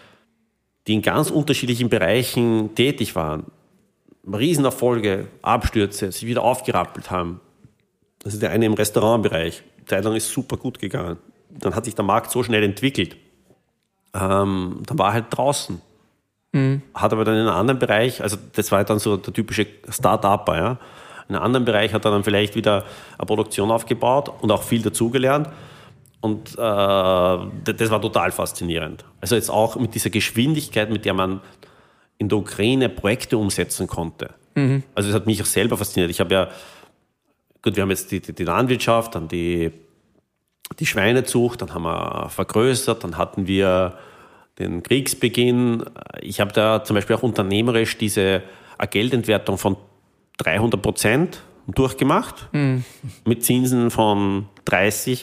in ganz unterschiedlichen Bereichen tätig waren. Riesenerfolge, Abstürze, sich wieder aufgerappelt haben. Das ist der eine im Restaurantbereich. Zeitlang ist super gut gegangen. Dann hat sich der Markt so schnell entwickelt. Dann war er halt draußen. Hat aber dann in einem anderen Bereich, also das war dann so der typische Start-Upper, ja. In einem anderen Bereich hat er dann vielleicht wieder eine Produktion aufgebaut und auch viel dazugelernt. Und das war total faszinierend. Also jetzt auch mit dieser Geschwindigkeit, mit der man in der Ukraine Projekte umsetzen konnte. Also es hat mich auch selber fasziniert. Ich habe ja, gut, wir haben jetzt die Landwirtschaft, dann die Schweinezucht, dann haben wir vergrößert, dann hatten wir den Kriegsbeginn. Ich habe da zum Beispiel auch unternehmerisch diese Geldentwertung von 300% durchgemacht, mit Zinsen von 30%,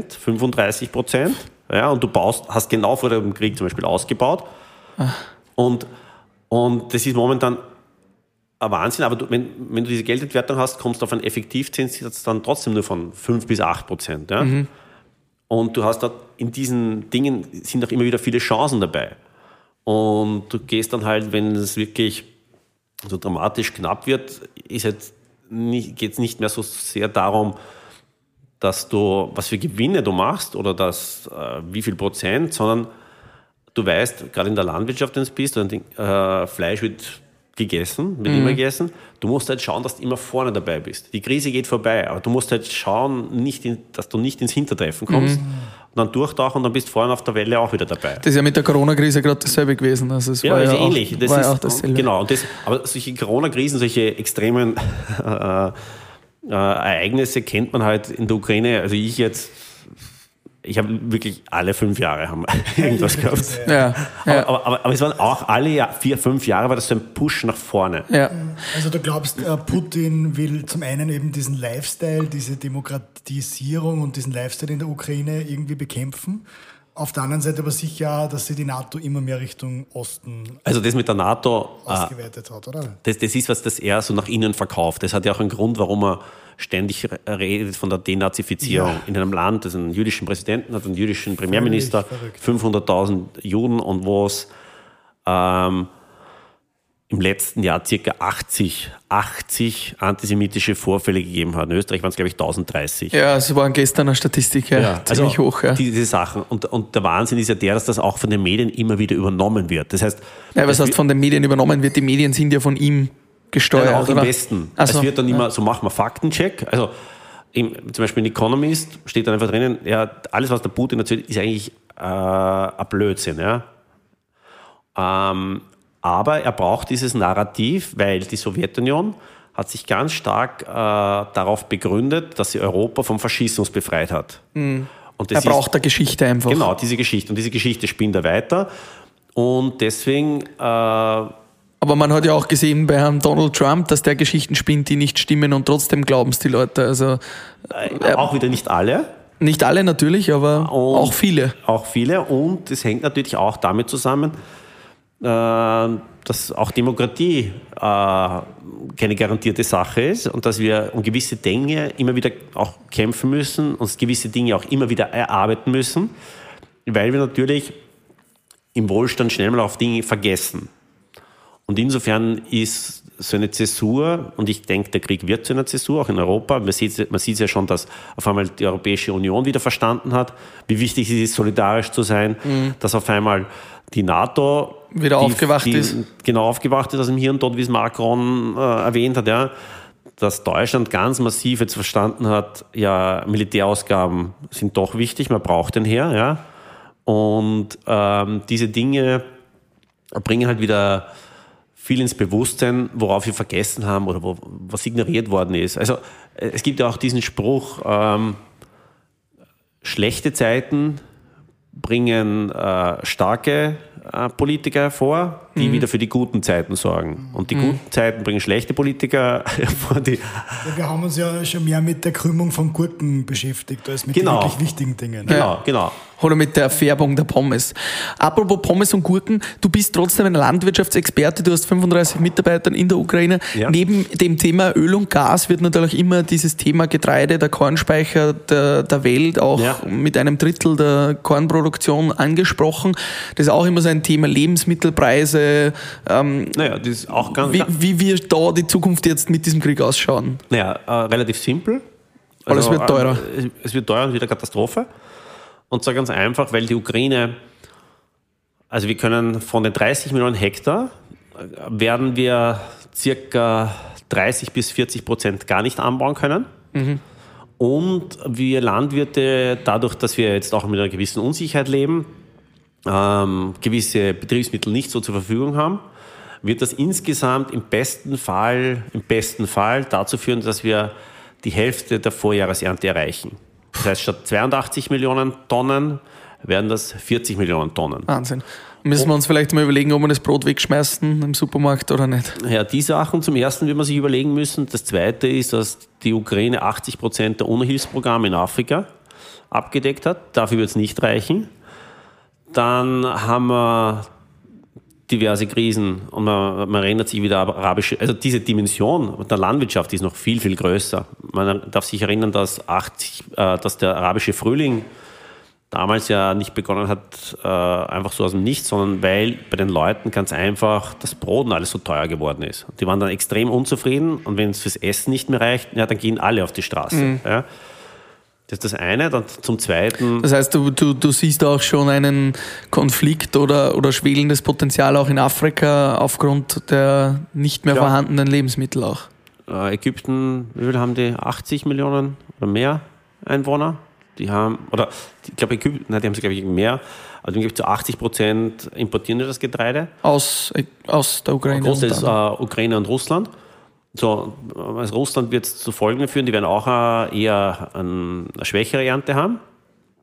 35%. Ja, und du hast genau vor dem Krieg zum Beispiel ausgebaut. Und das ist momentan ein Wahnsinn, aber wenn du diese Geldentwertung hast, kommst du auf einen Effektivzins dann trotzdem nur von 5-8%. Ja? Und du hast dort in diesen Dingen sind auch immer wieder viele Chancen dabei. Und du gehst dann halt, wenn es wirklich so dramatisch knapp wird, geht es nicht mehr so sehr darum, dass du, was für Gewinne du machst oder wie viel Prozent, sondern du weißt, gerade in der Landwirtschaft, wenn du bist, Fleisch wird gegessen, wird immer gegessen. Du musst halt schauen, dass du immer vorne dabei bist. Die Krise geht vorbei, aber du musst halt schauen, dass du nicht ins Hintertreffen kommst und dann durchtauchen und dann bist du vorne auf der Welle auch wieder dabei. Das ist ja mit der Corona-Krise gerade dasselbe gewesen. Also es war ist ja ähnlich. Auch, war ja auch dasselbe. Genau. Aber solche Corona-Krisen, solche extremen Ereignisse kennt man halt in der Ukraine. Also ich jetzt ich habe wirklich alle 5 Jahre haben irgendwas gehabt. Ja. Aber es waren auch alle 4, 5 Jahre war das so ein Push nach vorne. Ja. Also du glaubst, Putin will zum einen eben diesen Lifestyle, diese Demokratisierung und diesen Lifestyle in der Ukraine irgendwie bekämpfen. Auf der anderen Seite aber sicher, dass sie die NATO immer mehr Richtung Osten Also das mit der NATO, ausgeweitet hat, oder? das ist, was das er so nach innen verkauft. Das hat ja auch einen Grund, warum er ständig redet von der Denazifizierung. Ja. In einem Land, das einen jüdischen Präsidenten hat, einen jüdischen Premierminister, verrückt. 500.000 Juden und wo es im letzten Jahr circa 80 antisemitische Vorfälle gegeben hat. In Österreich waren es, glaube ich, 1030. Ja, es waren gestern eine Statistik, ziemlich hoch. Ja. Diese Sachen. Und der Wahnsinn ist ja der, dass das auch von den Medien immer wieder übernommen wird. Das heißt, Was heißt von den Medien übernommen wird? Die Medien sind ja von ihm gesteuert. auch oder? im Westen. Also, es wird dann immer, so machen wir Faktencheck. Also zum Beispiel in Economist steht dann einfach drinnen, ja, alles, was der Putin erzählt, ist eigentlich ein Blödsinn. Ja? Aber er braucht dieses Narrativ, weil die Sowjetunion hat sich ganz stark darauf begründet, dass sie Europa vom Faschismus befreit hat. Und das er braucht eine Geschichte einfach. Genau, diese Geschichte. Und diese Geschichte spinnt er weiter. Und deswegen... Aber man hat ja auch gesehen bei Herrn Donald Trump, dass der Geschichten spinnt, die nicht stimmen und trotzdem glauben es die Leute. Also, auch wieder nicht alle. nicht alle natürlich, aber auch viele. Auch viele. Und es hängt natürlich auch damit zusammen, dass auch Demokratie keine garantierte Sache ist und dass wir um gewisse Dinge immer wieder auch kämpfen müssen, uns gewisse Dinge auch immer wieder erarbeiten müssen, weil wir natürlich im Wohlstand schnell mal auf Dinge vergessen. Und insofern ist so eine Zäsur, und ich denke, der Krieg wird zu einer Zäsur, auch in Europa. Man sieht es ja schon, dass auf einmal die Europäische Union wieder verstanden hat, wie wichtig es ist, solidarisch zu sein, dass auf einmal die NATO Wieder aufgewacht ist. Genau, aufgewacht ist aus dem Hirn dort, wie es Macron erwähnt hat, ja, dass Deutschland ganz massiv jetzt verstanden hat, ja, Militärausgaben sind doch wichtig, man braucht den Heer, ja. Und diese Dinge bringen halt wieder viel ins Bewusstsein, worauf wir vergessen haben oder was ignoriert worden ist. Also es gibt ja auch diesen Spruch, schlechte Zeiten bringen starke Politiker hervor, die wieder für die guten Zeiten sorgen. Und die guten Zeiten bringen schlechte Politiker hervor, die... Ja, wir haben uns ja schon mehr mit der Krümmung von Gurken beschäftigt, als mit den wirklich wichtigen Dingen. Genau. Oder mit der Färbung der Pommes. Apropos Pommes und Gurken, du bist trotzdem ein Landwirtschaftsexperte, du hast 35 Mitarbeiter in der Ukraine. Ja. Neben dem Thema Öl und Gas wird natürlich immer dieses Thema Getreide, der Kornspeicher der Welt, auch mit einem Drittel der Kornproduktion angesprochen. Das ist auch immer so ein Thema, Lebensmittelpreise. Das ist auch ganz... Wie wird da die Zukunft jetzt mit diesem Krieg ausschauen? Relativ simpel. Weil es wird teurer. Es wird teuer und wieder Katastrophe. Und zwar ganz einfach, weil die Ukraine, also wir können von den 30 Millionen Hektar, werden wir circa 30-40% gar nicht anbauen können. Und wir Landwirte, dadurch, dass wir jetzt auch mit einer gewissen Unsicherheit leben, gewisse Betriebsmittel nicht so zur Verfügung haben, wird das insgesamt im besten Fall dazu führen, dass wir die Hälfte der Vorjahresernte erreichen. Das heißt, statt 82 Millionen Tonnen werden das 40 Millionen Tonnen. Wahnsinn. Müssen wir uns vielleicht mal überlegen, ob wir das Brot wegschmeißen im Supermarkt oder nicht? Ja, die Sachen zum Ersten wird man sich überlegen müssen. Das Zweite ist, dass die Ukraine 80% der UNO-Hilfsprogramme in Afrika abgedeckt hat. Dafür wird es nicht reichen. Dann haben wir diverse Krisen und man erinnert sich wieder arabische, also diese Dimension der Landwirtschaft ist noch viel, viel größer. Man darf sich erinnern, dass der arabische Frühling damals ja nicht begonnen hat, einfach so aus dem Nichts, sondern weil bei den Leuten ganz einfach das Brot und alles so teuer geworden ist. Die waren dann extrem unzufrieden und wenn es fürs Essen nicht mehr reicht, ja, dann gehen alle auf die Straße. Ja. Das ist das eine. Dann zum Zweiten... Das heißt, du siehst auch schon einen Konflikt oder schwelendes Potenzial auch in Afrika aufgrund der nicht mehr vorhandenen Lebensmittel auch. Ägypten, wie viel haben die? 80 Millionen oder mehr Einwohner? Die haben, oder ich glaube Ägypten, nein, die haben sie glaube ich mehr, also zu 80% importieren die das Getreide. Aus der Ukraine. Großteil ist Ukraine und Russland. So, also Russland wird es zu Folgen führen, die werden auch eher eine schwächere Ernte haben.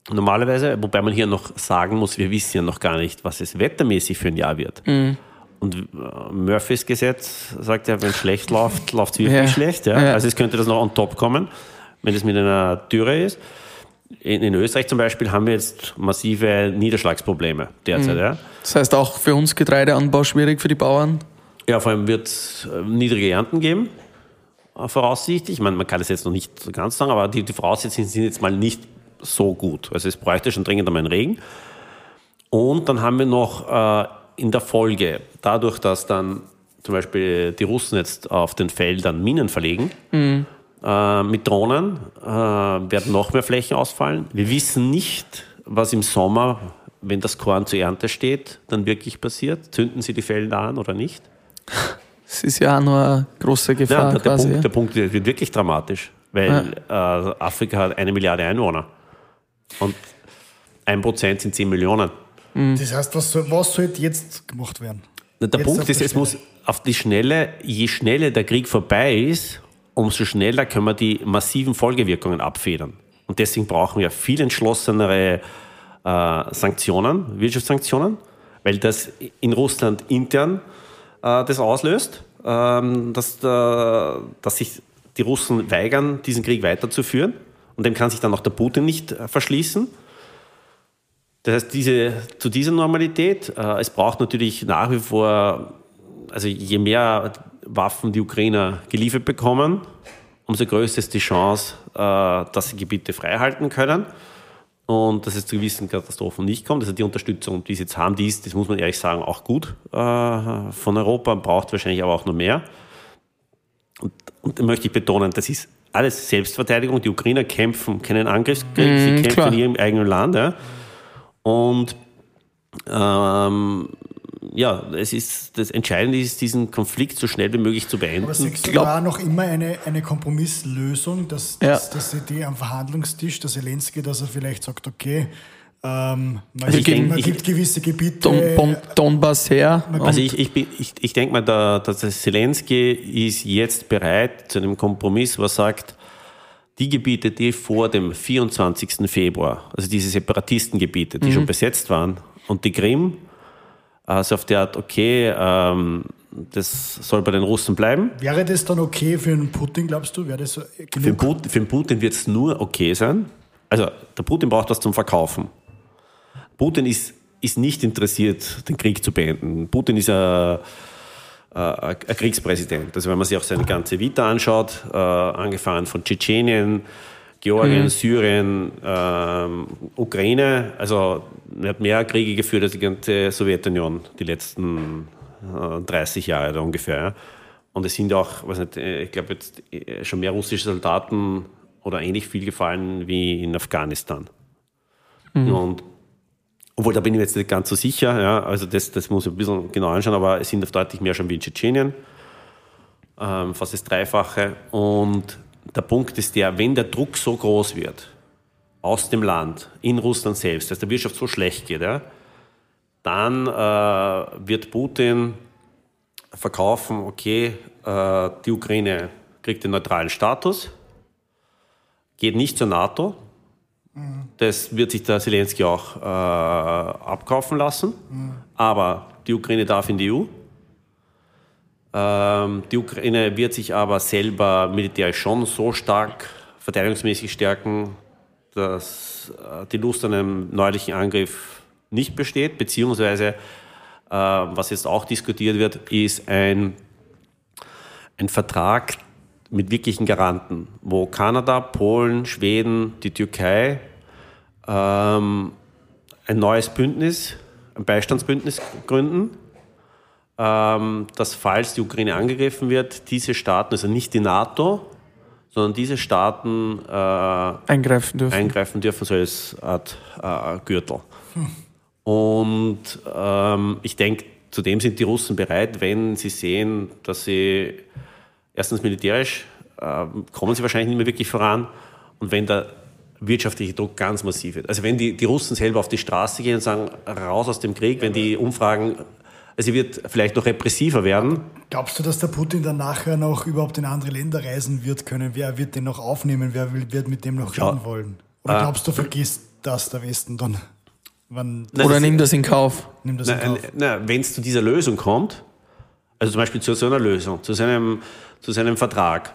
Normalerweise, wobei man hier noch sagen muss, wir wissen ja noch gar nicht, was es wettermäßig für ein Jahr wird. Und Murphys Gesetz sagt ja, wenn es schlecht läuft, läuft es wirklich schlecht. Ja? Also es könnte das noch on top kommen, wenn es mit einer Dürre ist. In Österreich zum Beispiel haben wir jetzt massive Niederschlagsprobleme derzeit. Ja? Das heißt auch für uns Getreideanbau schwierig für die Bauern? Ja, vor allem wird es niedrige Ernten geben, voraussichtlich. Ich meine, man kann das jetzt noch nicht so ganz sagen, aber die Voraussetzungen sind jetzt mal nicht so gut. Also es bräuchte schon dringend einmal einen Regen. Und dann haben wir noch in der Folge, dadurch, dass dann zum Beispiel die Russen jetzt auf den Feldern Minen verlegen, mit Drohnen werden noch mehr Flächen ausfallen. Wir wissen nicht, was im Sommer, wenn das Korn zur Ernte steht, dann wirklich passiert. Zünden sie die Felder an oder nicht? Das ist ja auch nur eine große Gefahr. Ja, der Punkt wird wirklich dramatisch, weil Afrika hat 1 Milliarde Einwohner und 1% sind 10 Millionen. Das heißt, was sollte jetzt gemacht werden? Der Punkt ist, es muss auf die Schnelle, je schneller der Krieg vorbei ist, umso schneller können wir die massiven Folgewirkungen abfedern. Und deswegen brauchen wir viel entschlossenere Sanktionen, Wirtschaftssanktionen, weil das in Russland intern das auslöst, dass sich die Russen weigern, diesen Krieg weiterzuführen. Und dem kann sich dann auch der Putin nicht verschließen. Das heißt, zu dieser Normalität, es braucht natürlich nach wie vor, also je mehr Waffen die Ukrainer geliefert bekommen, umso größer ist die Chance, dass sie Gebiete freihalten können und dass es zu gewissen Katastrophen nicht kommt. Also die Unterstützung, die sie jetzt haben, das muss man ehrlich sagen, auch gut von Europa, braucht wahrscheinlich aber auch noch mehr. Und da möchte ich betonen, das ist alles Selbstverteidigung. Die Ukrainer kämpfen keinen Angriffskrieg, sie kämpfen in ihrem eigenen Land. Ja. Und das Entscheidende ist, diesen Konflikt so schnell wie möglich zu beenden. Aber siehst du da noch immer eine Kompromisslösung, dass die Idee am Verhandlungstisch, der Zelensky, dass er vielleicht sagt, okay, man gibt gewisse Gebiete. Donbass her. Also ich denke mal, dass der Zelensky ist jetzt bereit zu einem Kompromiss, was sagt, die Gebiete, die vor dem 24. Februar, also diese Separatistengebiete, die schon besetzt waren, und die Krim, also auf der Art, okay, das soll bei den Russen bleiben. Wäre das dann okay für einen Putin, glaubst du? Wäre das so genug? Für den Putin wird es nur okay sein. Also der Putin braucht was zum Verkaufen. Putin ist nicht interessiert, den Krieg zu beenden. Putin ist ein Kriegspräsident. Also wenn man sich auch seine ganze Vita anschaut, angefangen von Tschetschenien, Georgien, Syrien, Ukraine, also er hat mehr Kriege geführt als die ganze Sowjetunion die letzten 30 Jahre da ungefähr. Ja. Und es sind auch, ich glaube jetzt schon mehr russische Soldaten oder ähnlich viel gefallen wie in Afghanistan. Und obwohl, da bin ich jetzt nicht ganz so sicher, ja, also das muss ich ein bisschen genau anschauen, aber es sind deutlich mehr schon wie in Tschetschenien, fast das Dreifache. Und der Punkt ist der, wenn der Druck so groß wird, aus dem Land, in Russland selbst, dass der Wirtschaft so schlecht geht, ja, dann wird Putin verkaufen, okay, die Ukraine kriegt den neutralen Status, geht nicht zur NATO. Das wird sich der Zelensky auch abkaufen lassen. Aber die Ukraine darf in die EU. Die Ukraine wird sich aber selber militärisch schon so stark verteidigungsmäßig stärken, dass die Lust an einem neuerlichen Angriff nicht besteht. Beziehungsweise, was jetzt auch diskutiert wird, ist ein Vertrag mit wirklichen Garanten, wo Kanada, Polen, Schweden, die Türkei ein neues Bündnis, ein Beistandsbündnis gründen, dass falls die Ukraine angegriffen wird, diese Staaten, also nicht die NATO, sondern diese Staaten eingreifen dürfen, so als Art Gürtel. Und ich denke, zudem sind die Russen bereit, wenn sie sehen, dass sie erstens militärisch kommen sie wahrscheinlich nicht mehr wirklich voran, und wenn der wirtschaftliche Druck ganz massiv wird. Also wenn die Russen selber auf die Straße gehen und sagen, raus aus dem Krieg, wenn die Umfragen, also sie wird vielleicht noch repressiver werden. Glaubst du, dass der Putin dann nachher noch überhaupt in andere Länder reisen wird können? Wer wird den noch aufnehmen? Wer wird mit dem noch reden wollen? Oder glaubst du, vergisst dass der Westen dann... Oder nimmt das in Kauf? Wenn es zu dieser Lösung kommt, also zum Beispiel zu so einer Lösung, zu seinem Vertrag,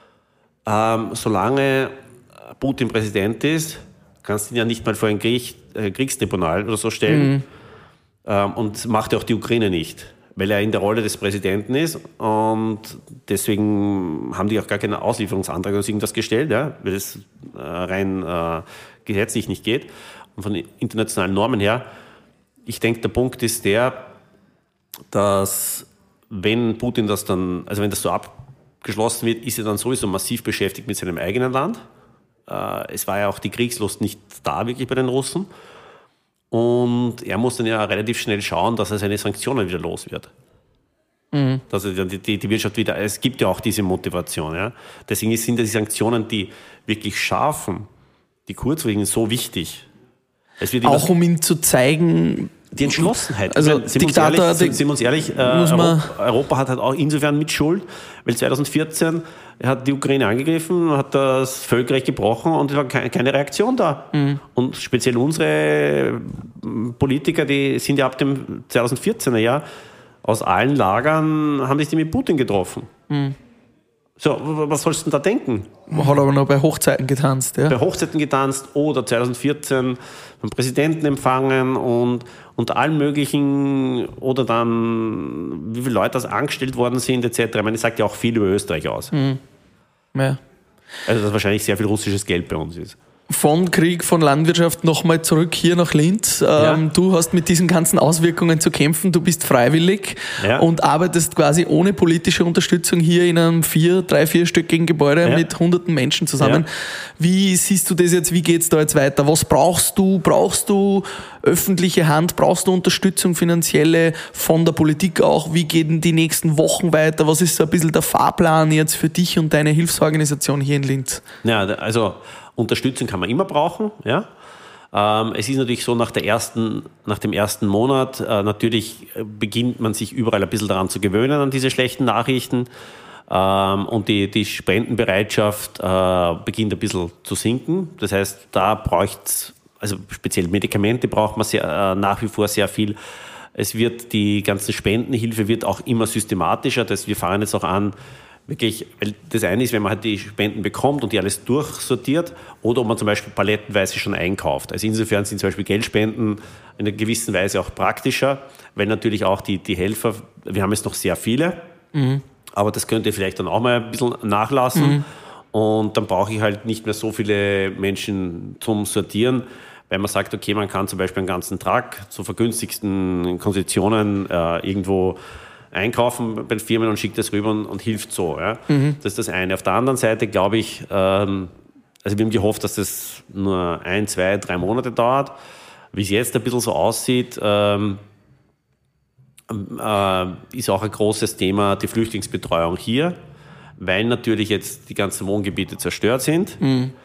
solange Putin Präsident ist, kannst du ihn ja nicht mal vor ein Kriegstribunal oder so stellen. Und macht ja auch die Ukraine nicht, weil er in der Rolle des Präsidenten ist. Und deswegen haben die auch gar keinen Auslieferungsantrag oder irgendwas gestellt, ja, weil es rein gesetzlich nicht geht. Und von den internationalen Normen her, ich denke, der Punkt ist der, dass wenn Putin das dann, also wenn das so abgeschlossen wird, ist er dann sowieso massiv beschäftigt mit seinem eigenen Land. Es war ja auch die Kriegslust nicht da wirklich bei den Russen. Und er muss dann ja relativ schnell schauen, dass er seine Sanktionen wieder los wird. Dass er die Wirtschaft wieder, es gibt ja auch diese Motivation. Ja. Deswegen sind die Sanktionen, die wirklich scharfen, die kurzfristigen, so wichtig. Auch um ihm zu zeigen, die Entschlossenheit. Also sind wir uns ehrlich, Europa hat halt auch insofern Mitschuld, weil 2014 hat die Ukraine angegriffen, hat das Völkerrecht gebrochen und es war keine Reaktion da. Und speziell unsere Politiker, die sind ja ab dem 2014er Jahr aus allen Lagern, haben sich die mit Putin getroffen. So, was sollst du denn da denken? Man hat aber noch bei Hochzeiten getanzt. Ja? Bei Hochzeiten getanzt oder 2014 beim Präsidenten empfangen und unter allen möglichen, oder dann, wie viele Leute angestellt worden sind, etc. Ich meine, das sagt ja auch viel über Österreich aus. Ja. Also, dass wahrscheinlich sehr viel russisches Geld bei uns ist. Von Krieg, von Landwirtschaft nochmal zurück hier nach Linz. Du hast mit diesen ganzen Auswirkungen zu kämpfen. Du bist freiwillig und arbeitest quasi ohne politische Unterstützung hier in einem 3-4-stöckigen Gebäude mit hunderten Menschen zusammen. Wie siehst du das jetzt? Wie geht's da jetzt weiter? Was brauchst du? Brauchst du öffentliche Hand? Brauchst du Unterstützung, finanzielle, von der Politik auch? Wie gehen die nächsten Wochen weiter? Was ist so ein bisschen der Fahrplan jetzt für dich und deine Hilfsorganisation hier in Linz? Ja, also Unterstützung kann man immer brauchen. Ja. Es ist natürlich so, nach dem ersten Monat, natürlich beginnt man sich überall ein bisschen daran zu gewöhnen, an diese schlechten Nachrichten. Und die Spendenbereitschaft beginnt ein bisschen zu sinken. Das heißt, da braucht's, also speziell Medikamente braucht man nach wie vor sehr viel. Die ganze Spendenhilfe wird auch immer systematischer. Wir fangen jetzt auch an, wirklich, weil das eine ist, wenn man halt die Spenden bekommt und die alles durchsortiert, oder ob man zum Beispiel palettenweise schon einkauft. Also insofern sind zum Beispiel Geldspenden in einer gewissen Weise auch praktischer, weil natürlich auch die Helfer, wir haben jetzt noch sehr viele, aber das könnte vielleicht dann auch mal ein bisschen nachlassen. Und dann brauche ich halt nicht mehr so viele Menschen zum Sortieren, weil man sagt, okay, man kann zum Beispiel einen ganzen Tag zu vergünstigsten Konditionen irgendwo einkaufen bei Firmen und schickt das rüber und hilft so. Ja. Das ist das eine. Auf der anderen Seite glaube ich, also wir haben gehofft, dass das nur 1, 2, 3 Monate dauert. Wie es jetzt ein bisschen so aussieht, ist auch ein großes Thema die Flüchtlingsbetreuung hier, weil natürlich jetzt die ganzen Wohngebiete zerstört sind.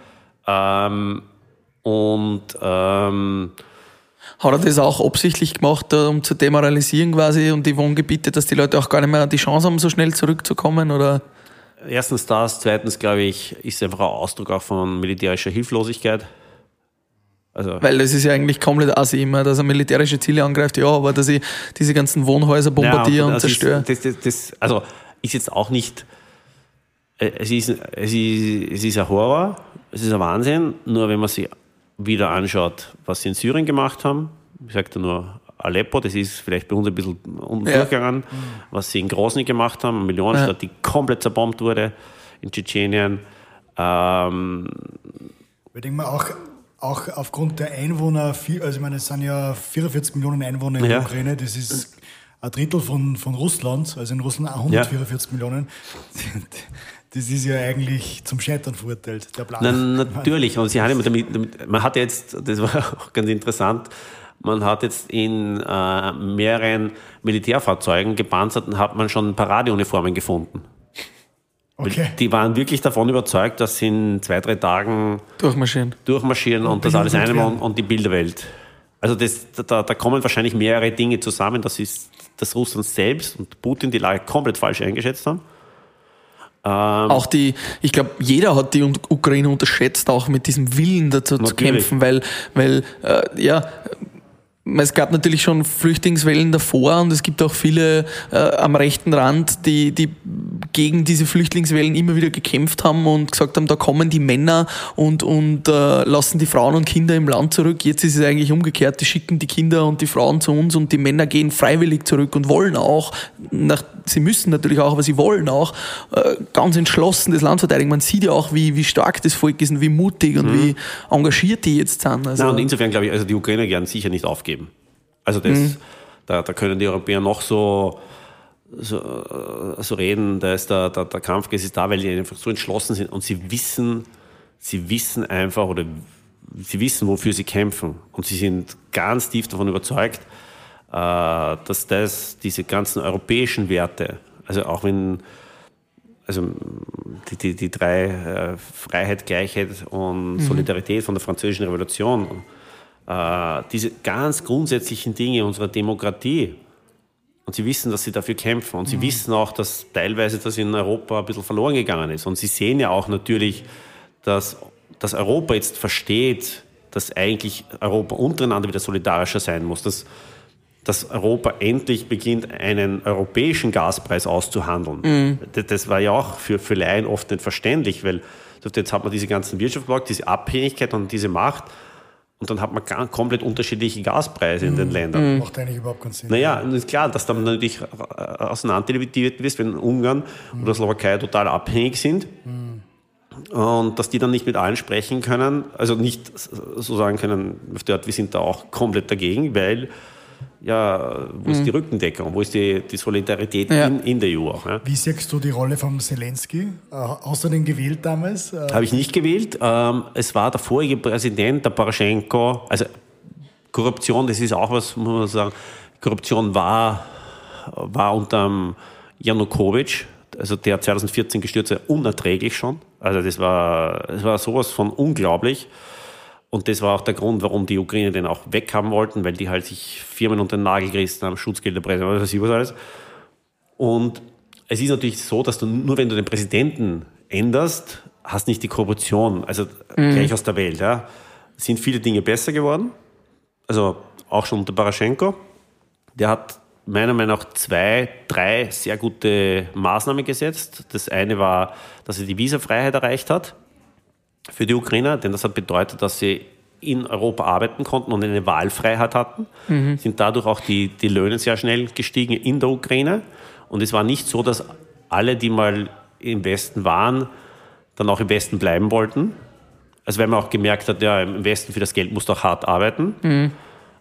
Hat er das auch absichtlich gemacht, um zu demoralisieren quasi und die Wohngebiete, dass die Leute auch gar nicht mehr die Chance haben, so schnell zurückzukommen? Oder? Erstens das, zweitens glaube ich, ist es einfach ein Ausdruck auch von militärischer Hilflosigkeit. Also weil das ist ja eigentlich komplett assi immer, dass er militärische Ziele angreift, ja, aber dass ich diese ganzen Wohnhäuser bombardiere und zerstöre. Also ist jetzt auch nicht, es ist ein Horror, es ist ein Wahnsinn, nur wenn man sich wieder anschaut, was sie in Syrien gemacht haben, ich sage da nur Aleppo, das ist vielleicht bei uns ein bisschen durchgegangen, was sie in Grozny gemacht haben, eine Millionenstadt, die komplett zerbombt wurde, in Tschetschenien. Ich denke mal auch aufgrund der Einwohner, also ich meine, es sind ja 44 Millionen Einwohner in der Ukraine, das ist ein Drittel von Russland, also in Russland 144 Millionen. Das ist ja eigentlich zum Scheitern verurteilt, der Plan. Nein, natürlich. Und sie haben man hat jetzt, das war auch ganz interessant, man hat jetzt in mehreren Militärfahrzeugen, gepanzerten, hat man schon Paradeuniformen gefunden. Okay. Die waren wirklich davon überzeugt, dass sie in 2-3 Tagen durchmarschieren und das alles einnehmen und die Bilderwelt. Also da kommen wahrscheinlich mehrere Dinge zusammen. Das ist, dass Russland selbst und Putin die Lage komplett falsch eingeschätzt haben. Auch ich glaube, jeder hat die Ukraine unterschätzt, auch mit diesem Willen dazu zu kämpfen, weil es gab natürlich schon Flüchtlingswellen davor und es gibt auch viele am rechten Rand, die gegen diese Flüchtlingswellen immer wieder gekämpft haben und gesagt haben, da kommen die Männer und lassen die Frauen und Kinder im Land zurück. Jetzt ist es eigentlich umgekehrt, die schicken die Kinder und die Frauen zu uns und die Männer gehen freiwillig zurück und wollen auch, sie müssen natürlich auch, aber sie wollen auch ganz entschlossen das Land verteidigen. Man sieht ja auch, wie stark das Volk ist und wie mutig und wie engagiert die jetzt sind. Also, und insofern glaube ich, also die Ukrainer werden sicher nicht aufgeben. Also da können die Europäer noch so reden, da ist der Kampfgeist ist da, weil die einfach so entschlossen sind und sie wissen einfach oder sie wissen, wofür sie kämpfen. Und sie sind ganz tief davon überzeugt, dass diese ganzen europäischen Werte, also auch wenn die drei Freiheit, Gleichheit und Solidarität von der Französischen Revolution, diese ganz grundsätzlichen Dinge unserer Demokratie. Und sie wissen, dass sie dafür kämpfen. Und sie wissen auch, dass teilweise das in Europa ein bisschen verloren gegangen ist. Und sie sehen ja auch natürlich, dass Europa jetzt versteht, dass eigentlich Europa untereinander wieder solidarischer sein muss. Dass Europa endlich beginnt, einen europäischen Gaspreis auszuhandeln. Das war ja auch für Laien oft nicht verständlich, weil jetzt hat man diese ganzen Wirtschaftsblock, diese Abhängigkeit und diese Macht. Und dann hat man komplett unterschiedliche Gaspreise in den Ländern. Macht eigentlich überhaupt keinen Sinn. Naja, und ist klar, dass dann natürlich auseinanderdividiert wird, wenn Ungarn oder Slowakei total abhängig sind und dass die dann nicht mit allen sprechen können, also nicht so sagen können, wir sind da auch komplett dagegen, weil wo ist die Rückendeckung, wo ist die Solidarität in der EU auch? Ja? Wie siehst du die Rolle von Zelensky? Hast du den gewählt damals? Habe ich nicht gewählt. Es war der vorige Präsident, der Poroschenko. Also Korruption, das ist auch was, muss man sagen. Korruption war unter Janukowitsch, also der 2014 gestürzt, unerträglich schon. Also das war sowas von unglaublich. Und das war auch der Grund, warum die Ukrainer den auch weghaben wollten, weil die halt sich Firmen unter den Nagel gerissen haben, Schutzgelder pressen, was weiß ich was alles. Und es ist natürlich so, dass nur wenn du den Präsidenten änderst, hast nicht die Korruption, also gleich aus der Welt. Ja. Sind viele Dinge besser geworden, also auch schon unter Poroschenko. Der hat meiner Meinung nach 2, 3 sehr gute Maßnahmen gesetzt. Das eine war, dass er die Visafreiheit erreicht hat für die Ukrainer, denn das hat bedeutet, dass sie in Europa arbeiten konnten und eine Wahlfreiheit hatten. Sind dadurch auch die Löhne sehr schnell gestiegen in der Ukraine. Und es war nicht so, dass alle, die mal im Westen waren, dann auch im Westen bleiben wollten. Also weil man auch gemerkt hat, ja, im Westen für das Geld musst du auch hart arbeiten.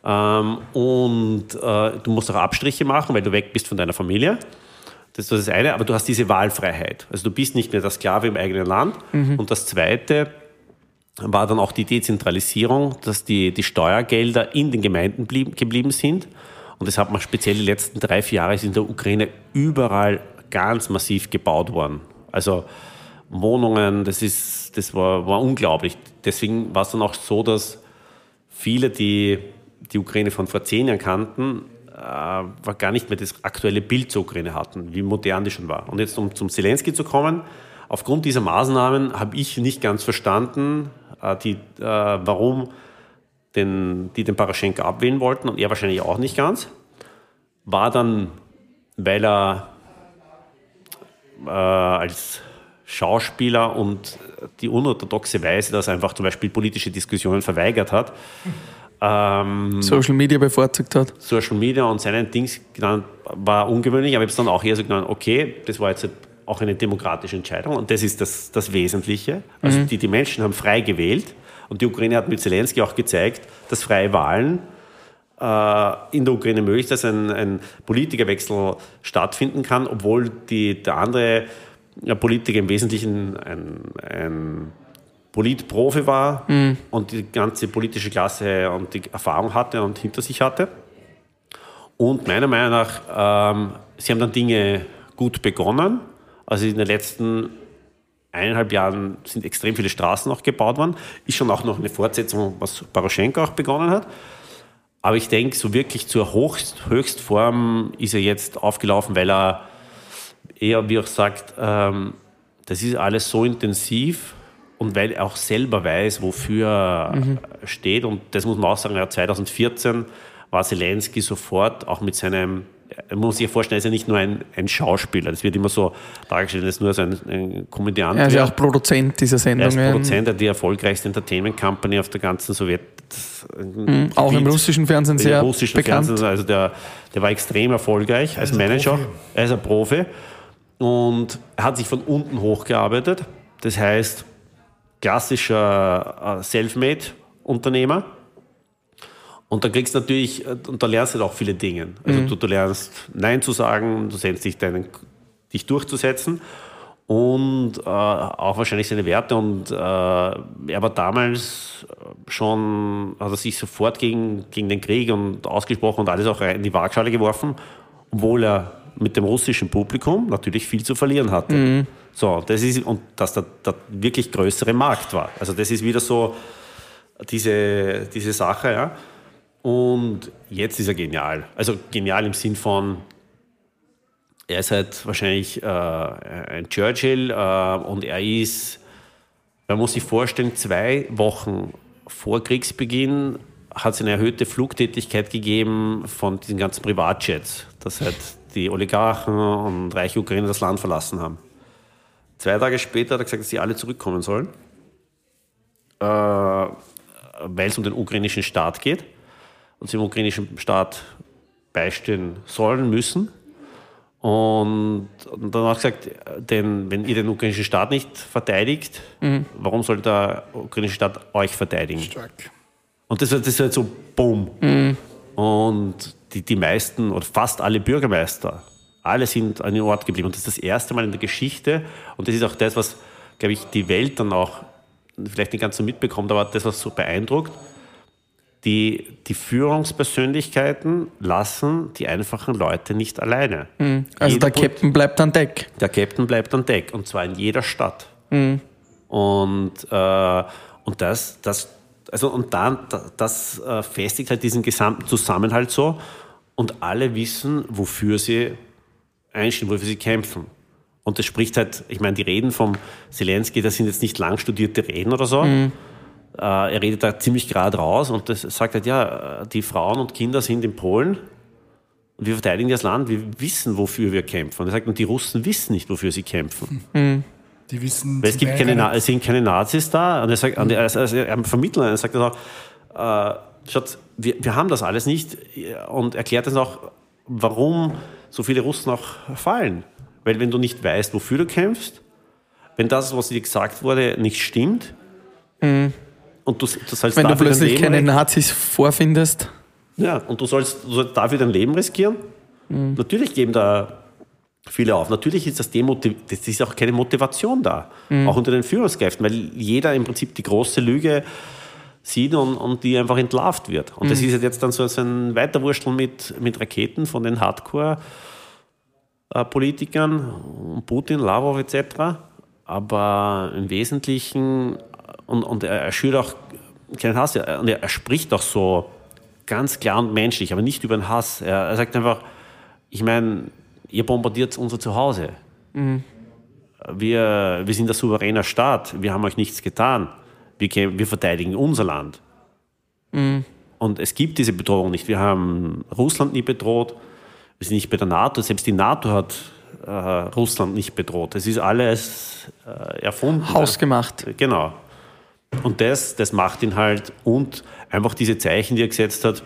Du musst auch Abstriche machen, weil du weg bist von deiner Familie. Das ist das eine, aber du hast diese Wahlfreiheit. Also du bist nicht mehr der Sklave im eigenen Land. Und das Zweite war dann auch die Dezentralisierung, dass die Steuergelder in den Gemeinden geblieben sind. Und das hat man speziell die letzten 3, 4 Jahre ist in der Ukraine überall ganz massiv gebaut worden. Also Wohnungen, das war unglaublich. Deswegen war es dann auch so, dass viele, die Ukraine von vor 10 Jahren kannten, war gar nicht mehr das aktuelle Bild zur Ukraine hatten, wie modern die schon war. Und jetzt, um zum Zelensky zu kommen, aufgrund dieser Maßnahmen habe ich nicht ganz verstanden, warum die den Poroschenko abwählen wollten und er wahrscheinlich auch nicht ganz. War dann, weil er als Schauspieler und die unorthodoxe Weise, dass er einfach zum Beispiel politische Diskussionen verweigert hat, Social Media bevorzugt hat. Social Media und seinen Dings genannt, war ungewöhnlich, aber ich habe es dann auch eher so genannt, okay, das war jetzt auch eine demokratische Entscheidung und das ist das Wesentliche. Also die Menschen haben frei gewählt und die Ukraine hat mit Zelensky auch gezeigt, dass freie Wahlen in der Ukraine möglich ist, dass ein Politikerwechsel stattfinden kann, obwohl der andere Politiker im Wesentlichen ein Politprofi war und die ganze politische Klasse und die Erfahrung hatte und hinter sich hatte. Und meiner Meinung nach, sie haben dann Dinge gut begonnen. Also in den letzten 1,5 Jahren sind extrem viele Straßen noch gebaut worden. Ist schon auch noch eine Fortsetzung, was Poroschenko auch begonnen hat. Aber ich denke, so wirklich zur Höchstform ist er jetzt aufgelaufen, weil er eher, wie auch sagt, das ist alles so intensiv und weil er auch selber weiß, wofür er steht. Und das muss man auch sagen, 2014 war Zelensky sofort auch mit seinem, man muss sich vorstellen, er ist ja nicht nur ein Schauspieler, das wird immer so dargestellt, er ist nur so ein Komödiant. Er ist ja auch Produzent dieser Sendungen. Er ist Produzent, er hat die erfolgreichste Entertainment Company auf der ganzen auch im russischen Fernsehen sehr bekannt. Fernsehen, also der war extrem erfolgreich als Manager. Er ist ein Profi und er hat sich von unten hochgearbeitet. Das heißt, klassischer Selfmade-Unternehmer. Und dann kriegst du natürlich, und da lernst du auch viele Dinge. Also du lernst Nein zu sagen, du lernst dich durchzusetzen und auch wahrscheinlich seine Werte. Und er war damals schon, hat er sich sofort gegen den Krieg und ausgesprochen und alles auch in die Waagschale geworfen, obwohl er mit dem russischen Publikum natürlich viel zu verlieren hatte. So, das ist, und dass der wirklich größere Markt war. Also das ist wieder so diese Sache, ja. Und jetzt ist er genial. Also genial im Sinn von, er ist halt wahrscheinlich ein Churchill und er ist, man muss sich vorstellen, 2 Wochen vor Kriegsbeginn hat es eine erhöhte Flugtätigkeit gegeben von diesen ganzen Privatjets, dass halt die Oligarchen und reiche Ukrainer das Land verlassen haben. 2 Tage später hat er gesagt, dass sie alle zurückkommen sollen, weil es um den ukrainischen Staat geht. Und sie dem ukrainischen Staat beistehen sollen, müssen. Und dann hat er gesagt, wenn ihr den ukrainischen Staat nicht verteidigt, warum soll der ukrainische Staat euch verteidigen? Stark. Und das ist halt so, boom. Und die meisten oder fast alle Bürgermeister, alle sind an den Ort geblieben. Und das ist das erste Mal in der Geschichte. Und das ist auch das, was, glaube ich, die Welt dann auch vielleicht nicht ganz so mitbekommt, aber das, was so beeindruckt, die Führungspersönlichkeiten lassen die einfachen Leute nicht alleine. Also der Captain bleibt an Deck. Der Captain bleibt an Deck, und zwar in jeder Stadt. Und das festigt halt diesen gesamten Zusammenhalt so, und alle wissen, wofür sie einstehen, wofür sie kämpfen. Und das spricht halt, ich meine, die Reden vom Zelensky, das sind jetzt nicht lang studierte Reden oder so. Er redet da ziemlich gerade raus und das sagt halt, ja, die Frauen und Kinder sind in Polen und wir verteidigen das Land, wir wissen, wofür wir kämpfen. Und er sagt, und die Russen wissen nicht, wofür sie kämpfen. Die wissen, weil es sind keine Nazis da. Und er sagt, er Vermittler, er sagt auch, schaut, wir haben das alles nicht, und erklärt es auch, warum so viele Russen auch fallen. Weil wenn du nicht weißt, wofür du kämpfst, wenn das, was dir gesagt wurde, nicht stimmt, und du sollst wenn du dafür plötzlich keine Nazis vorfindest. Ja, und du sollst dafür dein Leben riskieren. Natürlich geben da viele auf. Natürlich ist das ist auch keine Motivation da, auch unter den Führungskräften, weil jeder im Prinzip die große Lüge sieht und die einfach entlarvt wird. Und das ist jetzt dann so ein Weiterwursteln mit Raketen von den Hardcore-Politikern, Putin, Lavrov etc., aber im Wesentlichen, und er schürt auch keinen Hass, und er spricht auch so ganz klar und menschlich, aber nicht über den Hass. Er sagt einfach, ich meine, ihr bombardiert unser Zuhause. Wir sind ein souveräner Staat, wir haben euch nichts getan. Wir verteidigen unser Land. Und es gibt diese Bedrohung nicht. Wir haben Russland nie bedroht, wir sind nicht bei der NATO, selbst die NATO hat Russland nicht bedroht. Das ist alles erfunden. Hausgemacht. Ja. Genau. Und das macht ihn halt, und einfach diese Zeichen, die er gesetzt hat,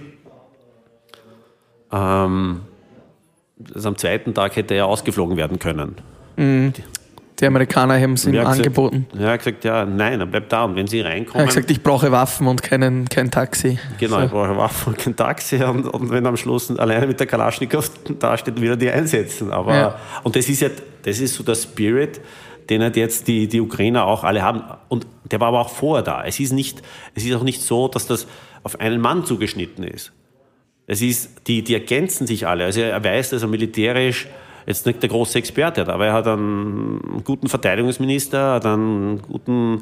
am 2. Tag hätte er ausgeflogen werden können. Die Amerikaner haben es ihm angeboten. Er hat gesagt, ja, nein, er bleibt da. Und wenn sie reinkommen... Er hat gesagt, ich brauche Waffen und kein Taxi. Genau, so. Ich brauche Waffen und kein Taxi. Und wenn er am Schluss alleine mit der Kalaschnikow dasteht, will er die einsetzen. Aber, ja. Und das ist so der Spirit, den halt jetzt die Ukrainer auch alle haben. Und der war aber auch vorher da. Es ist auch nicht so, dass das auf einen Mann zugeschnitten ist. Die ergänzen sich alle. Also er weiß, dass er militärisch jetzt nicht der große Experte hat, aber er hat einen guten Verteidigungsminister, hat einen guten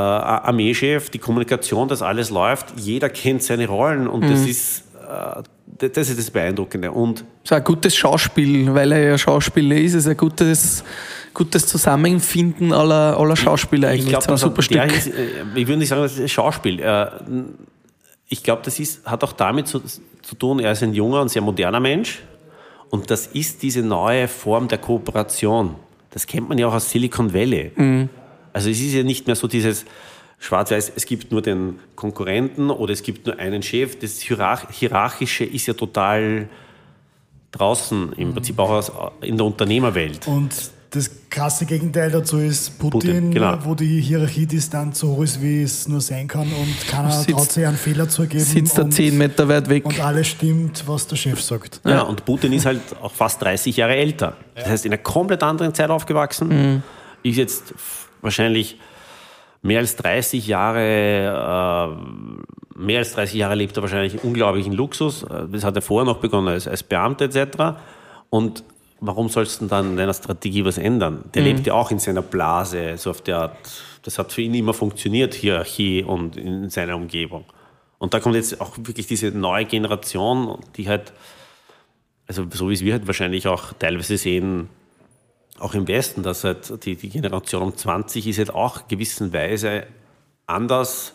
Armeechef, die Kommunikation, das alles läuft. Jeder kennt seine Rollen, und das ist das ist das Beeindruckende. Und ist ein gutes Schauspiel, weil er ja Schauspieler ist. Es ist ein gutes Zusammenfinden aller Schauspieler eigentlich. Ich glaube, ein super Stück. Ich würde nicht sagen, das ist ein Schauspiel. Ich glaube, das hat auch damit zu tun, er ist ein junger und sehr moderner Mensch. Und das ist diese neue Form der Kooperation. Das kennt man ja auch aus Silicon Valley. Mhm. Also es ist ja nicht mehr so dieses Schwarz-Weiß, es gibt nur den Konkurrenten oder es gibt nur einen Chef. Das Hierarchische ist ja total draußen, im Prinzip auch in der Unternehmerwelt. Und das krasse Gegenteil dazu ist Putin, genau. Wo die Hierarchiedistanz so hoch ist, wie es nur sein kann und keiner traut sich einen Fehler zu geben. Sitzt da 10 Meter weit weg. Und alles stimmt, was der Chef sagt. Ja, und Putin ist halt auch fast 30 Jahre älter. Das heißt, in einer komplett anderen Zeit aufgewachsen. Ist jetzt wahrscheinlich mehr als 30 Jahre lebt er wahrscheinlich unglaublichen Luxus. Das hat er vorher noch begonnen als Beamter etc. Und warum sollst du dann in deiner Strategie was ändern? Der lebt ja auch in seiner Blase, so auf der Art. Das hat für ihn immer funktioniert, Hierarchie und in seiner Umgebung. Und da kommt jetzt auch wirklich diese neue Generation, die halt, also so wie es wir halt wahrscheinlich auch teilweise sehen, auch im Westen, dass halt die Generation um 20 ist halt auch in gewisser Weise anders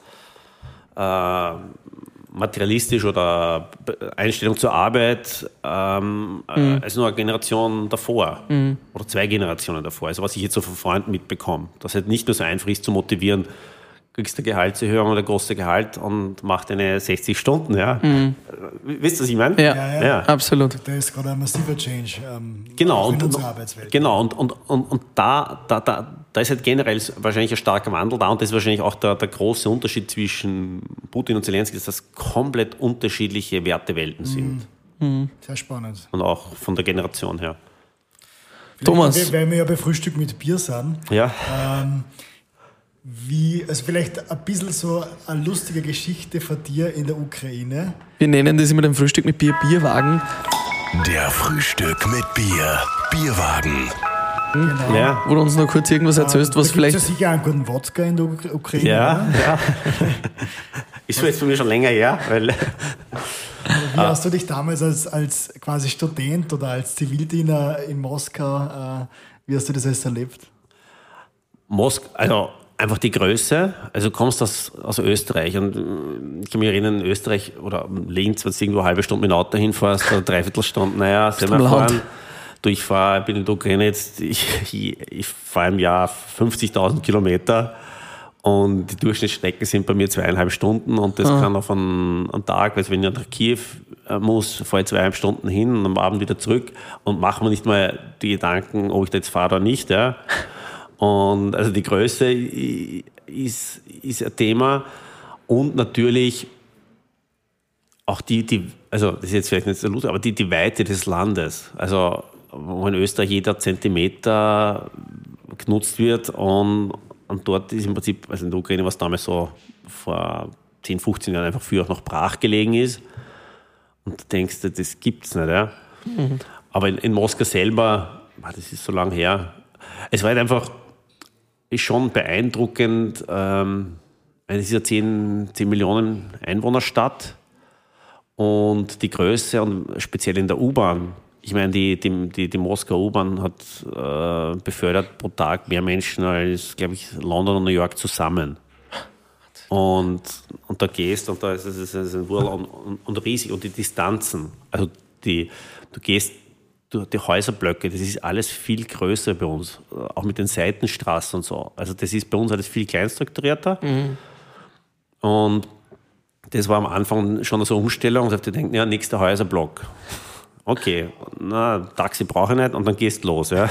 materialistisch oder Einstellung zur Arbeit als nur eine Generation davor oder 2 Generationen davor. Also was ich jetzt so von Freunden mitbekomme, dass halt nicht nur so einfach ist zu motivieren, kriegst eine Gehaltserhöhung oder große Gehalt und mach deine 60 Stunden. Ja. Wisst ihr, was ich meine? Ja, absolut. Da ist gerade ein massiver Change genau, in unserer Arbeitswelt. Genau, und da ist halt generell wahrscheinlich ein starker Wandel da und das ist wahrscheinlich auch der große Unterschied zwischen Putin und Zelensky, dass das komplett unterschiedliche Wertewelten sind. Sehr spannend. Und auch von der Generation her. Thomas. Weil wir ja bei Frühstück mit Bier sind. Ja. Also vielleicht ein bisschen so eine lustige Geschichte von dir in der Ukraine. Wir nennen das immer den Frühstück mit Bier Bierwagen. Der Frühstück mit Bier Bierwagen. Genau. Ja. Wo du uns noch kurz irgendwas erzählst, was da vielleicht... gibt's ja sicher einen guten Wodka in der Ukraine. Ja. Ist so jetzt für mich schon länger her, weil... Wie hast du dich damals als quasi Student oder als Zivildiener in Moskau, wie hast du das alles erlebt? Also einfach die Größe, also du kommst aus Österreich und ich kann mich erinnern, in Österreich oder Linz, wenn du irgendwo eine halbe Stunde mit dem Auto hinfährst oder 3/4 Stunde, sind wir fahren. Ich bin in der Ukraine jetzt, ich fahre im Jahr 50.000 Kilometer und die Durchschnittsstrecken sind bei mir 2,5 Stunden und das kann auf einen Tag, weil wenn ich nach Kiew muss, fahre ich 2,5 Stunden hin und am Abend wieder zurück und mache mir nicht mal die Gedanken, ob ich da jetzt fahre oder nicht. Ja. Und also die Größe ist ein Thema und natürlich auch also das ist jetzt vielleicht nicht so lustig, aber die Weite des Landes. Also wo in Österreich jeder Zentimeter genutzt wird und dort ist im Prinzip, also in der Ukraine, was damals so vor 10, 15 Jahren einfach früher auch noch brach gelegen ist. Und du denkst, das gibt's nicht. Ja? Aber in Moskau selber, das ist so lange her, es war halt einfach, ist schon beeindruckend. Es ist ja 10 Millionen Einwohnerstadt und die Größe und speziell in der U-Bahn. Ich meine, die Moskauer U-Bahn hat befördert pro Tag mehr Menschen als, glaube ich, London und New York zusammen. Und da gehst und da ist es ein Wurl und riesig und die Distanzen. Also du gehst durch die Häuserblöcke, das ist alles viel größer bei uns, auch mit den Seitenstraßen und so. Also das ist bei uns alles viel kleinstrukturierter. Und das war am Anfang schon so eine Umstellung, dass ich denke, ja, nächster Häuserblock. Okay, Taxi brauche ich nicht und dann gehst du los. Ja.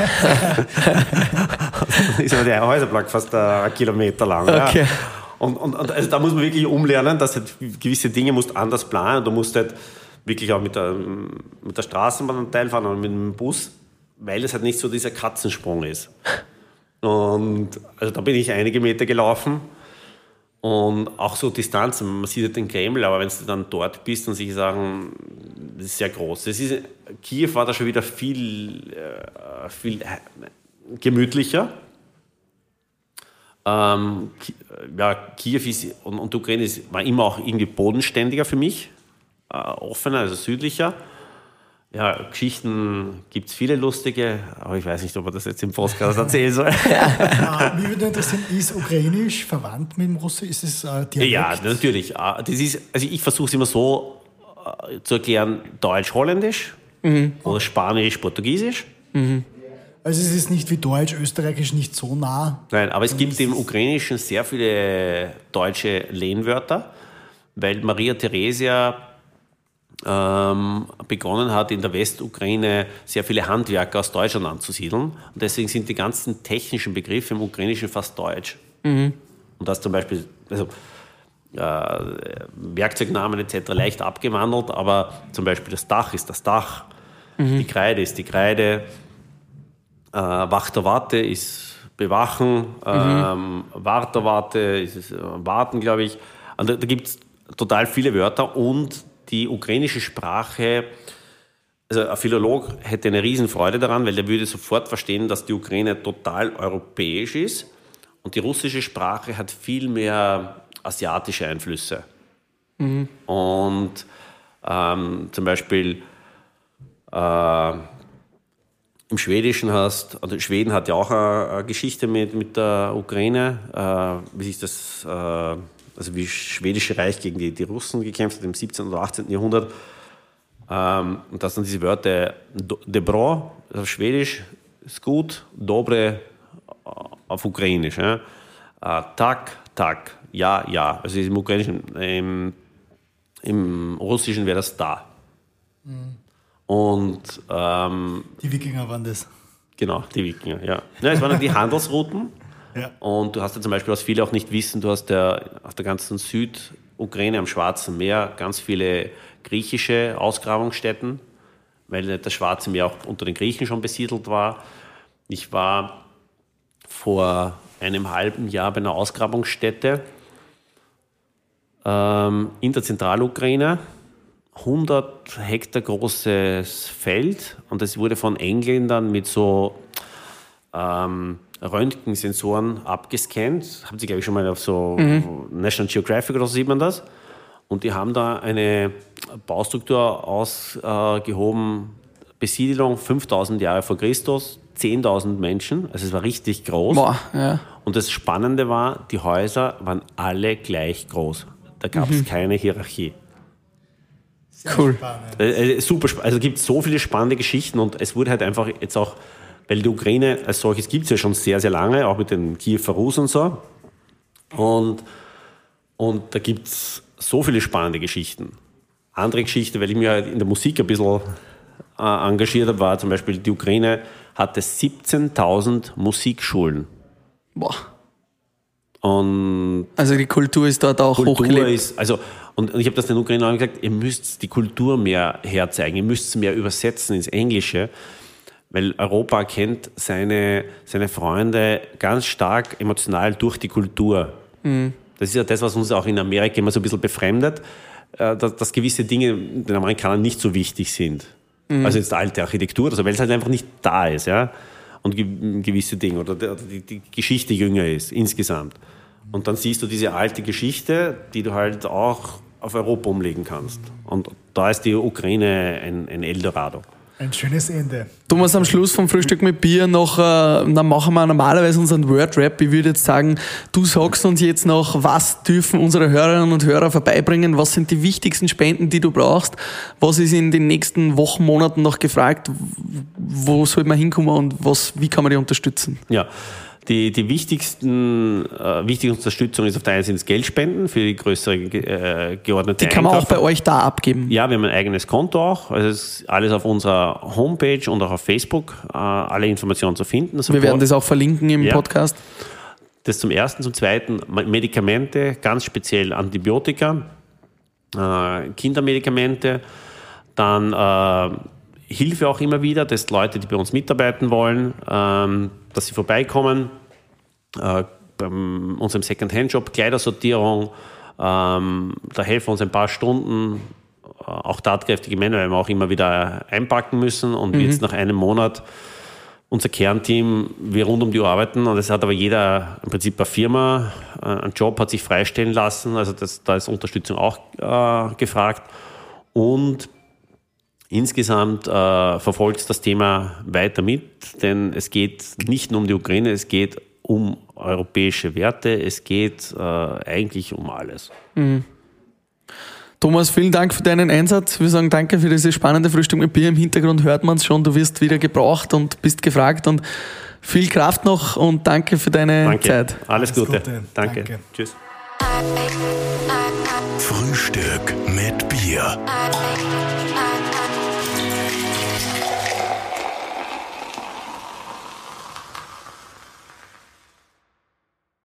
Dann ist aber der Häuserblock fast 1 Kilometer lang. Okay. Ja. Und also da muss man wirklich umlernen, dass halt gewisse Dinge musst anders planen. Du musst halt wirklich auch mit der Straßenbahn einen Teil fahren und mit dem Bus, weil es halt nicht so dieser Katzensprung ist. Und also da bin ich einige Meter gelaufen und auch so Distanzen, man sieht halt den Kreml, aber wenn du dann dort bist und sich sagen, das ist sehr groß. Kiew war da schon wieder viel gemütlicher. Kiew ist, und Ukraine war immer auch irgendwie bodenständiger für mich. offener, also südlicher. Ja, Geschichten gibt es viele lustige, aber ich weiß nicht, ob man das jetzt im Podcast erzählen soll. Mich würde interessieren, ist Ukrainisch verwandt mit dem Russisch? Ist es Dialekt? Ja, natürlich. Das ist, also ich versuche es immer so zu erklären, Deutsch-Holländisch oder Spanisch-Portugiesisch. Also es ist nicht wie Deutsch, Österreichisch nicht so nah. Nein, aber es gibt im Ukrainischen sehr viele deutsche Lehnwörter, weil Maria Theresia begonnen hat, in der Westukraine sehr viele Handwerker aus Deutschland anzusiedeln. Und deswegen sind die ganzen technischen Begriffe im Ukrainischen fast deutsch. Und das zum Beispiel, also Werkzeugnamen etc. leicht abgewandelt, aber zum Beispiel das Dach ist das Dach, die Kreide ist die Kreide, Wachterwarte ist bewachen, Warterwarte ist es, warten, glaube ich. Und da gibt es total viele Wörter und die ukrainische Sprache, also ein Philolog hätte eine Riesenfreude daran, weil der würde sofort verstehen, dass die Ukraine total europäisch ist und die russische Sprache hat viel mehr asiatische Einflüsse. Und zum Beispiel im Schwedischen also Schweden hat ja auch eine Geschichte mit der Ukraine, wie sich das... also wie das Schwedische Reich gegen die Russen gekämpft hat im 17. oder 18. Jahrhundert. Und das sind diese Wörter Dobro auf Schwedisch ist gut, Dobre auf Ukrainisch. Ja. Tak, tak, ja, ja. Also im Ukrainischen, im Russischen wäre das da. Und die Wikinger waren das. Genau, die Wikinger, ja. Es waren die Handelsrouten. Ja. Und du hast ja zum Beispiel, was viele auch nicht wissen, du hast auf der ganzen Südukraine am Schwarzen Meer ganz viele griechische Ausgrabungsstätten, weil das Schwarze Meer auch unter den Griechen schon besiedelt war. Ich war vor einem halben Jahr bei einer Ausgrabungsstätte in der Zentralukraine, 100 Hektar großes Feld und das wurde von Engländern mit so Röntgensensoren abgescannt. Haben Sie, glaube ich, schon mal auf so National Geographic oder so sieht man das. Und die haben da eine Baustruktur ausgehoben, Besiedelung 5000 Jahre vor Christus, 10.000 Menschen, also es war richtig groß. Boah, ja. Und das Spannende war, die Häuser waren alle gleich groß. Da gab es keine Hierarchie. Cool. Super, also es gibt so viele spannende Geschichten und es wurde halt einfach jetzt auch, weil die Ukraine als solches gibt es ja schon sehr, sehr lange, auch mit den Kiewer Rus und so. Und da gibt es so viele spannende Geschichten. Andere Geschichte, weil ich mich halt in der Musik ein bisschen engagiert habe, war zum Beispiel, die Ukraine hatte 17.000 Musikschulen. Boah. Und also die Kultur ist dort auch hochgelebt. Und ich habe das den Ukrainern gesagt, ihr müsst die Kultur mehr herzeigen, ihr müsst es mehr übersetzen ins Englische, weil Europa erkennt seine Freunde ganz stark emotional durch die Kultur. Das ist ja das, was uns auch in Amerika immer so ein bisschen befremdet, dass gewisse Dinge den Amerikanern nicht so wichtig sind. Also jetzt alte Architektur, also weil es halt einfach nicht da ist, ja. Und gewisse Dinge oder die Geschichte jünger ist insgesamt. Und dann siehst du diese alte Geschichte, die du halt auch auf Europa umlegen kannst. Und da ist die Ukraine ein Eldorado. Ein schönes Ende. Thomas, am Schluss vom Frühstück mit Bier noch, dann machen wir normalerweise unseren Word-Rap. Ich würde jetzt sagen, du sagst uns jetzt noch, was dürfen unsere Hörerinnen und Hörer vorbeibringen? Was sind die wichtigsten Spenden, die du brauchst? Was ist in den nächsten Wochen, Monaten noch gefragt? Wo soll man hinkommen und wie kann man die unterstützen? Ja. Die wichtigste Unterstützung ist auf der einen Seite das Geldspenden für die größere geordnete Die kann man auch bei euch da abgeben? Ja, wir haben ein eigenes Konto auch. Also es ist alles auf unserer Homepage und auch auf Facebook. Alle Informationen zu finden. Wir werden das auch verlinken im Podcast. Das zum Ersten. Zum Zweiten Medikamente, ganz speziell Antibiotika, Kindermedikamente, dann Hilfe auch immer wieder, dass Leute, die bei uns mitarbeiten wollen, dass sie vorbeikommen, bei unserem Second-Hand-Shop, Kleidersortierung, da helfen wir uns ein paar Stunden, auch tatkräftige Männer, weil wir auch immer wieder einpacken müssen und jetzt nach einem Monat unser Kernteam, wir rund um die Uhr arbeiten und es hat aber jeder im Prinzip eine Firma, einen Job hat sich freistellen lassen, also da ist Unterstützung auch gefragt. und insgesamt verfolgt das Thema weiter mit, denn es geht nicht nur um die Ukraine, es geht um europäische Werte, es geht eigentlich um alles. Mhm. Thomas, vielen Dank für deinen Einsatz. Wir sagen danke für dieses spannende Frühstück mit Bier. Im Hintergrund hört man es schon, du wirst wieder gebraucht und bist gefragt und viel Kraft noch und danke für deine Zeit. Alles Gute. Danke. Tschüss. Frühstück mit Bier.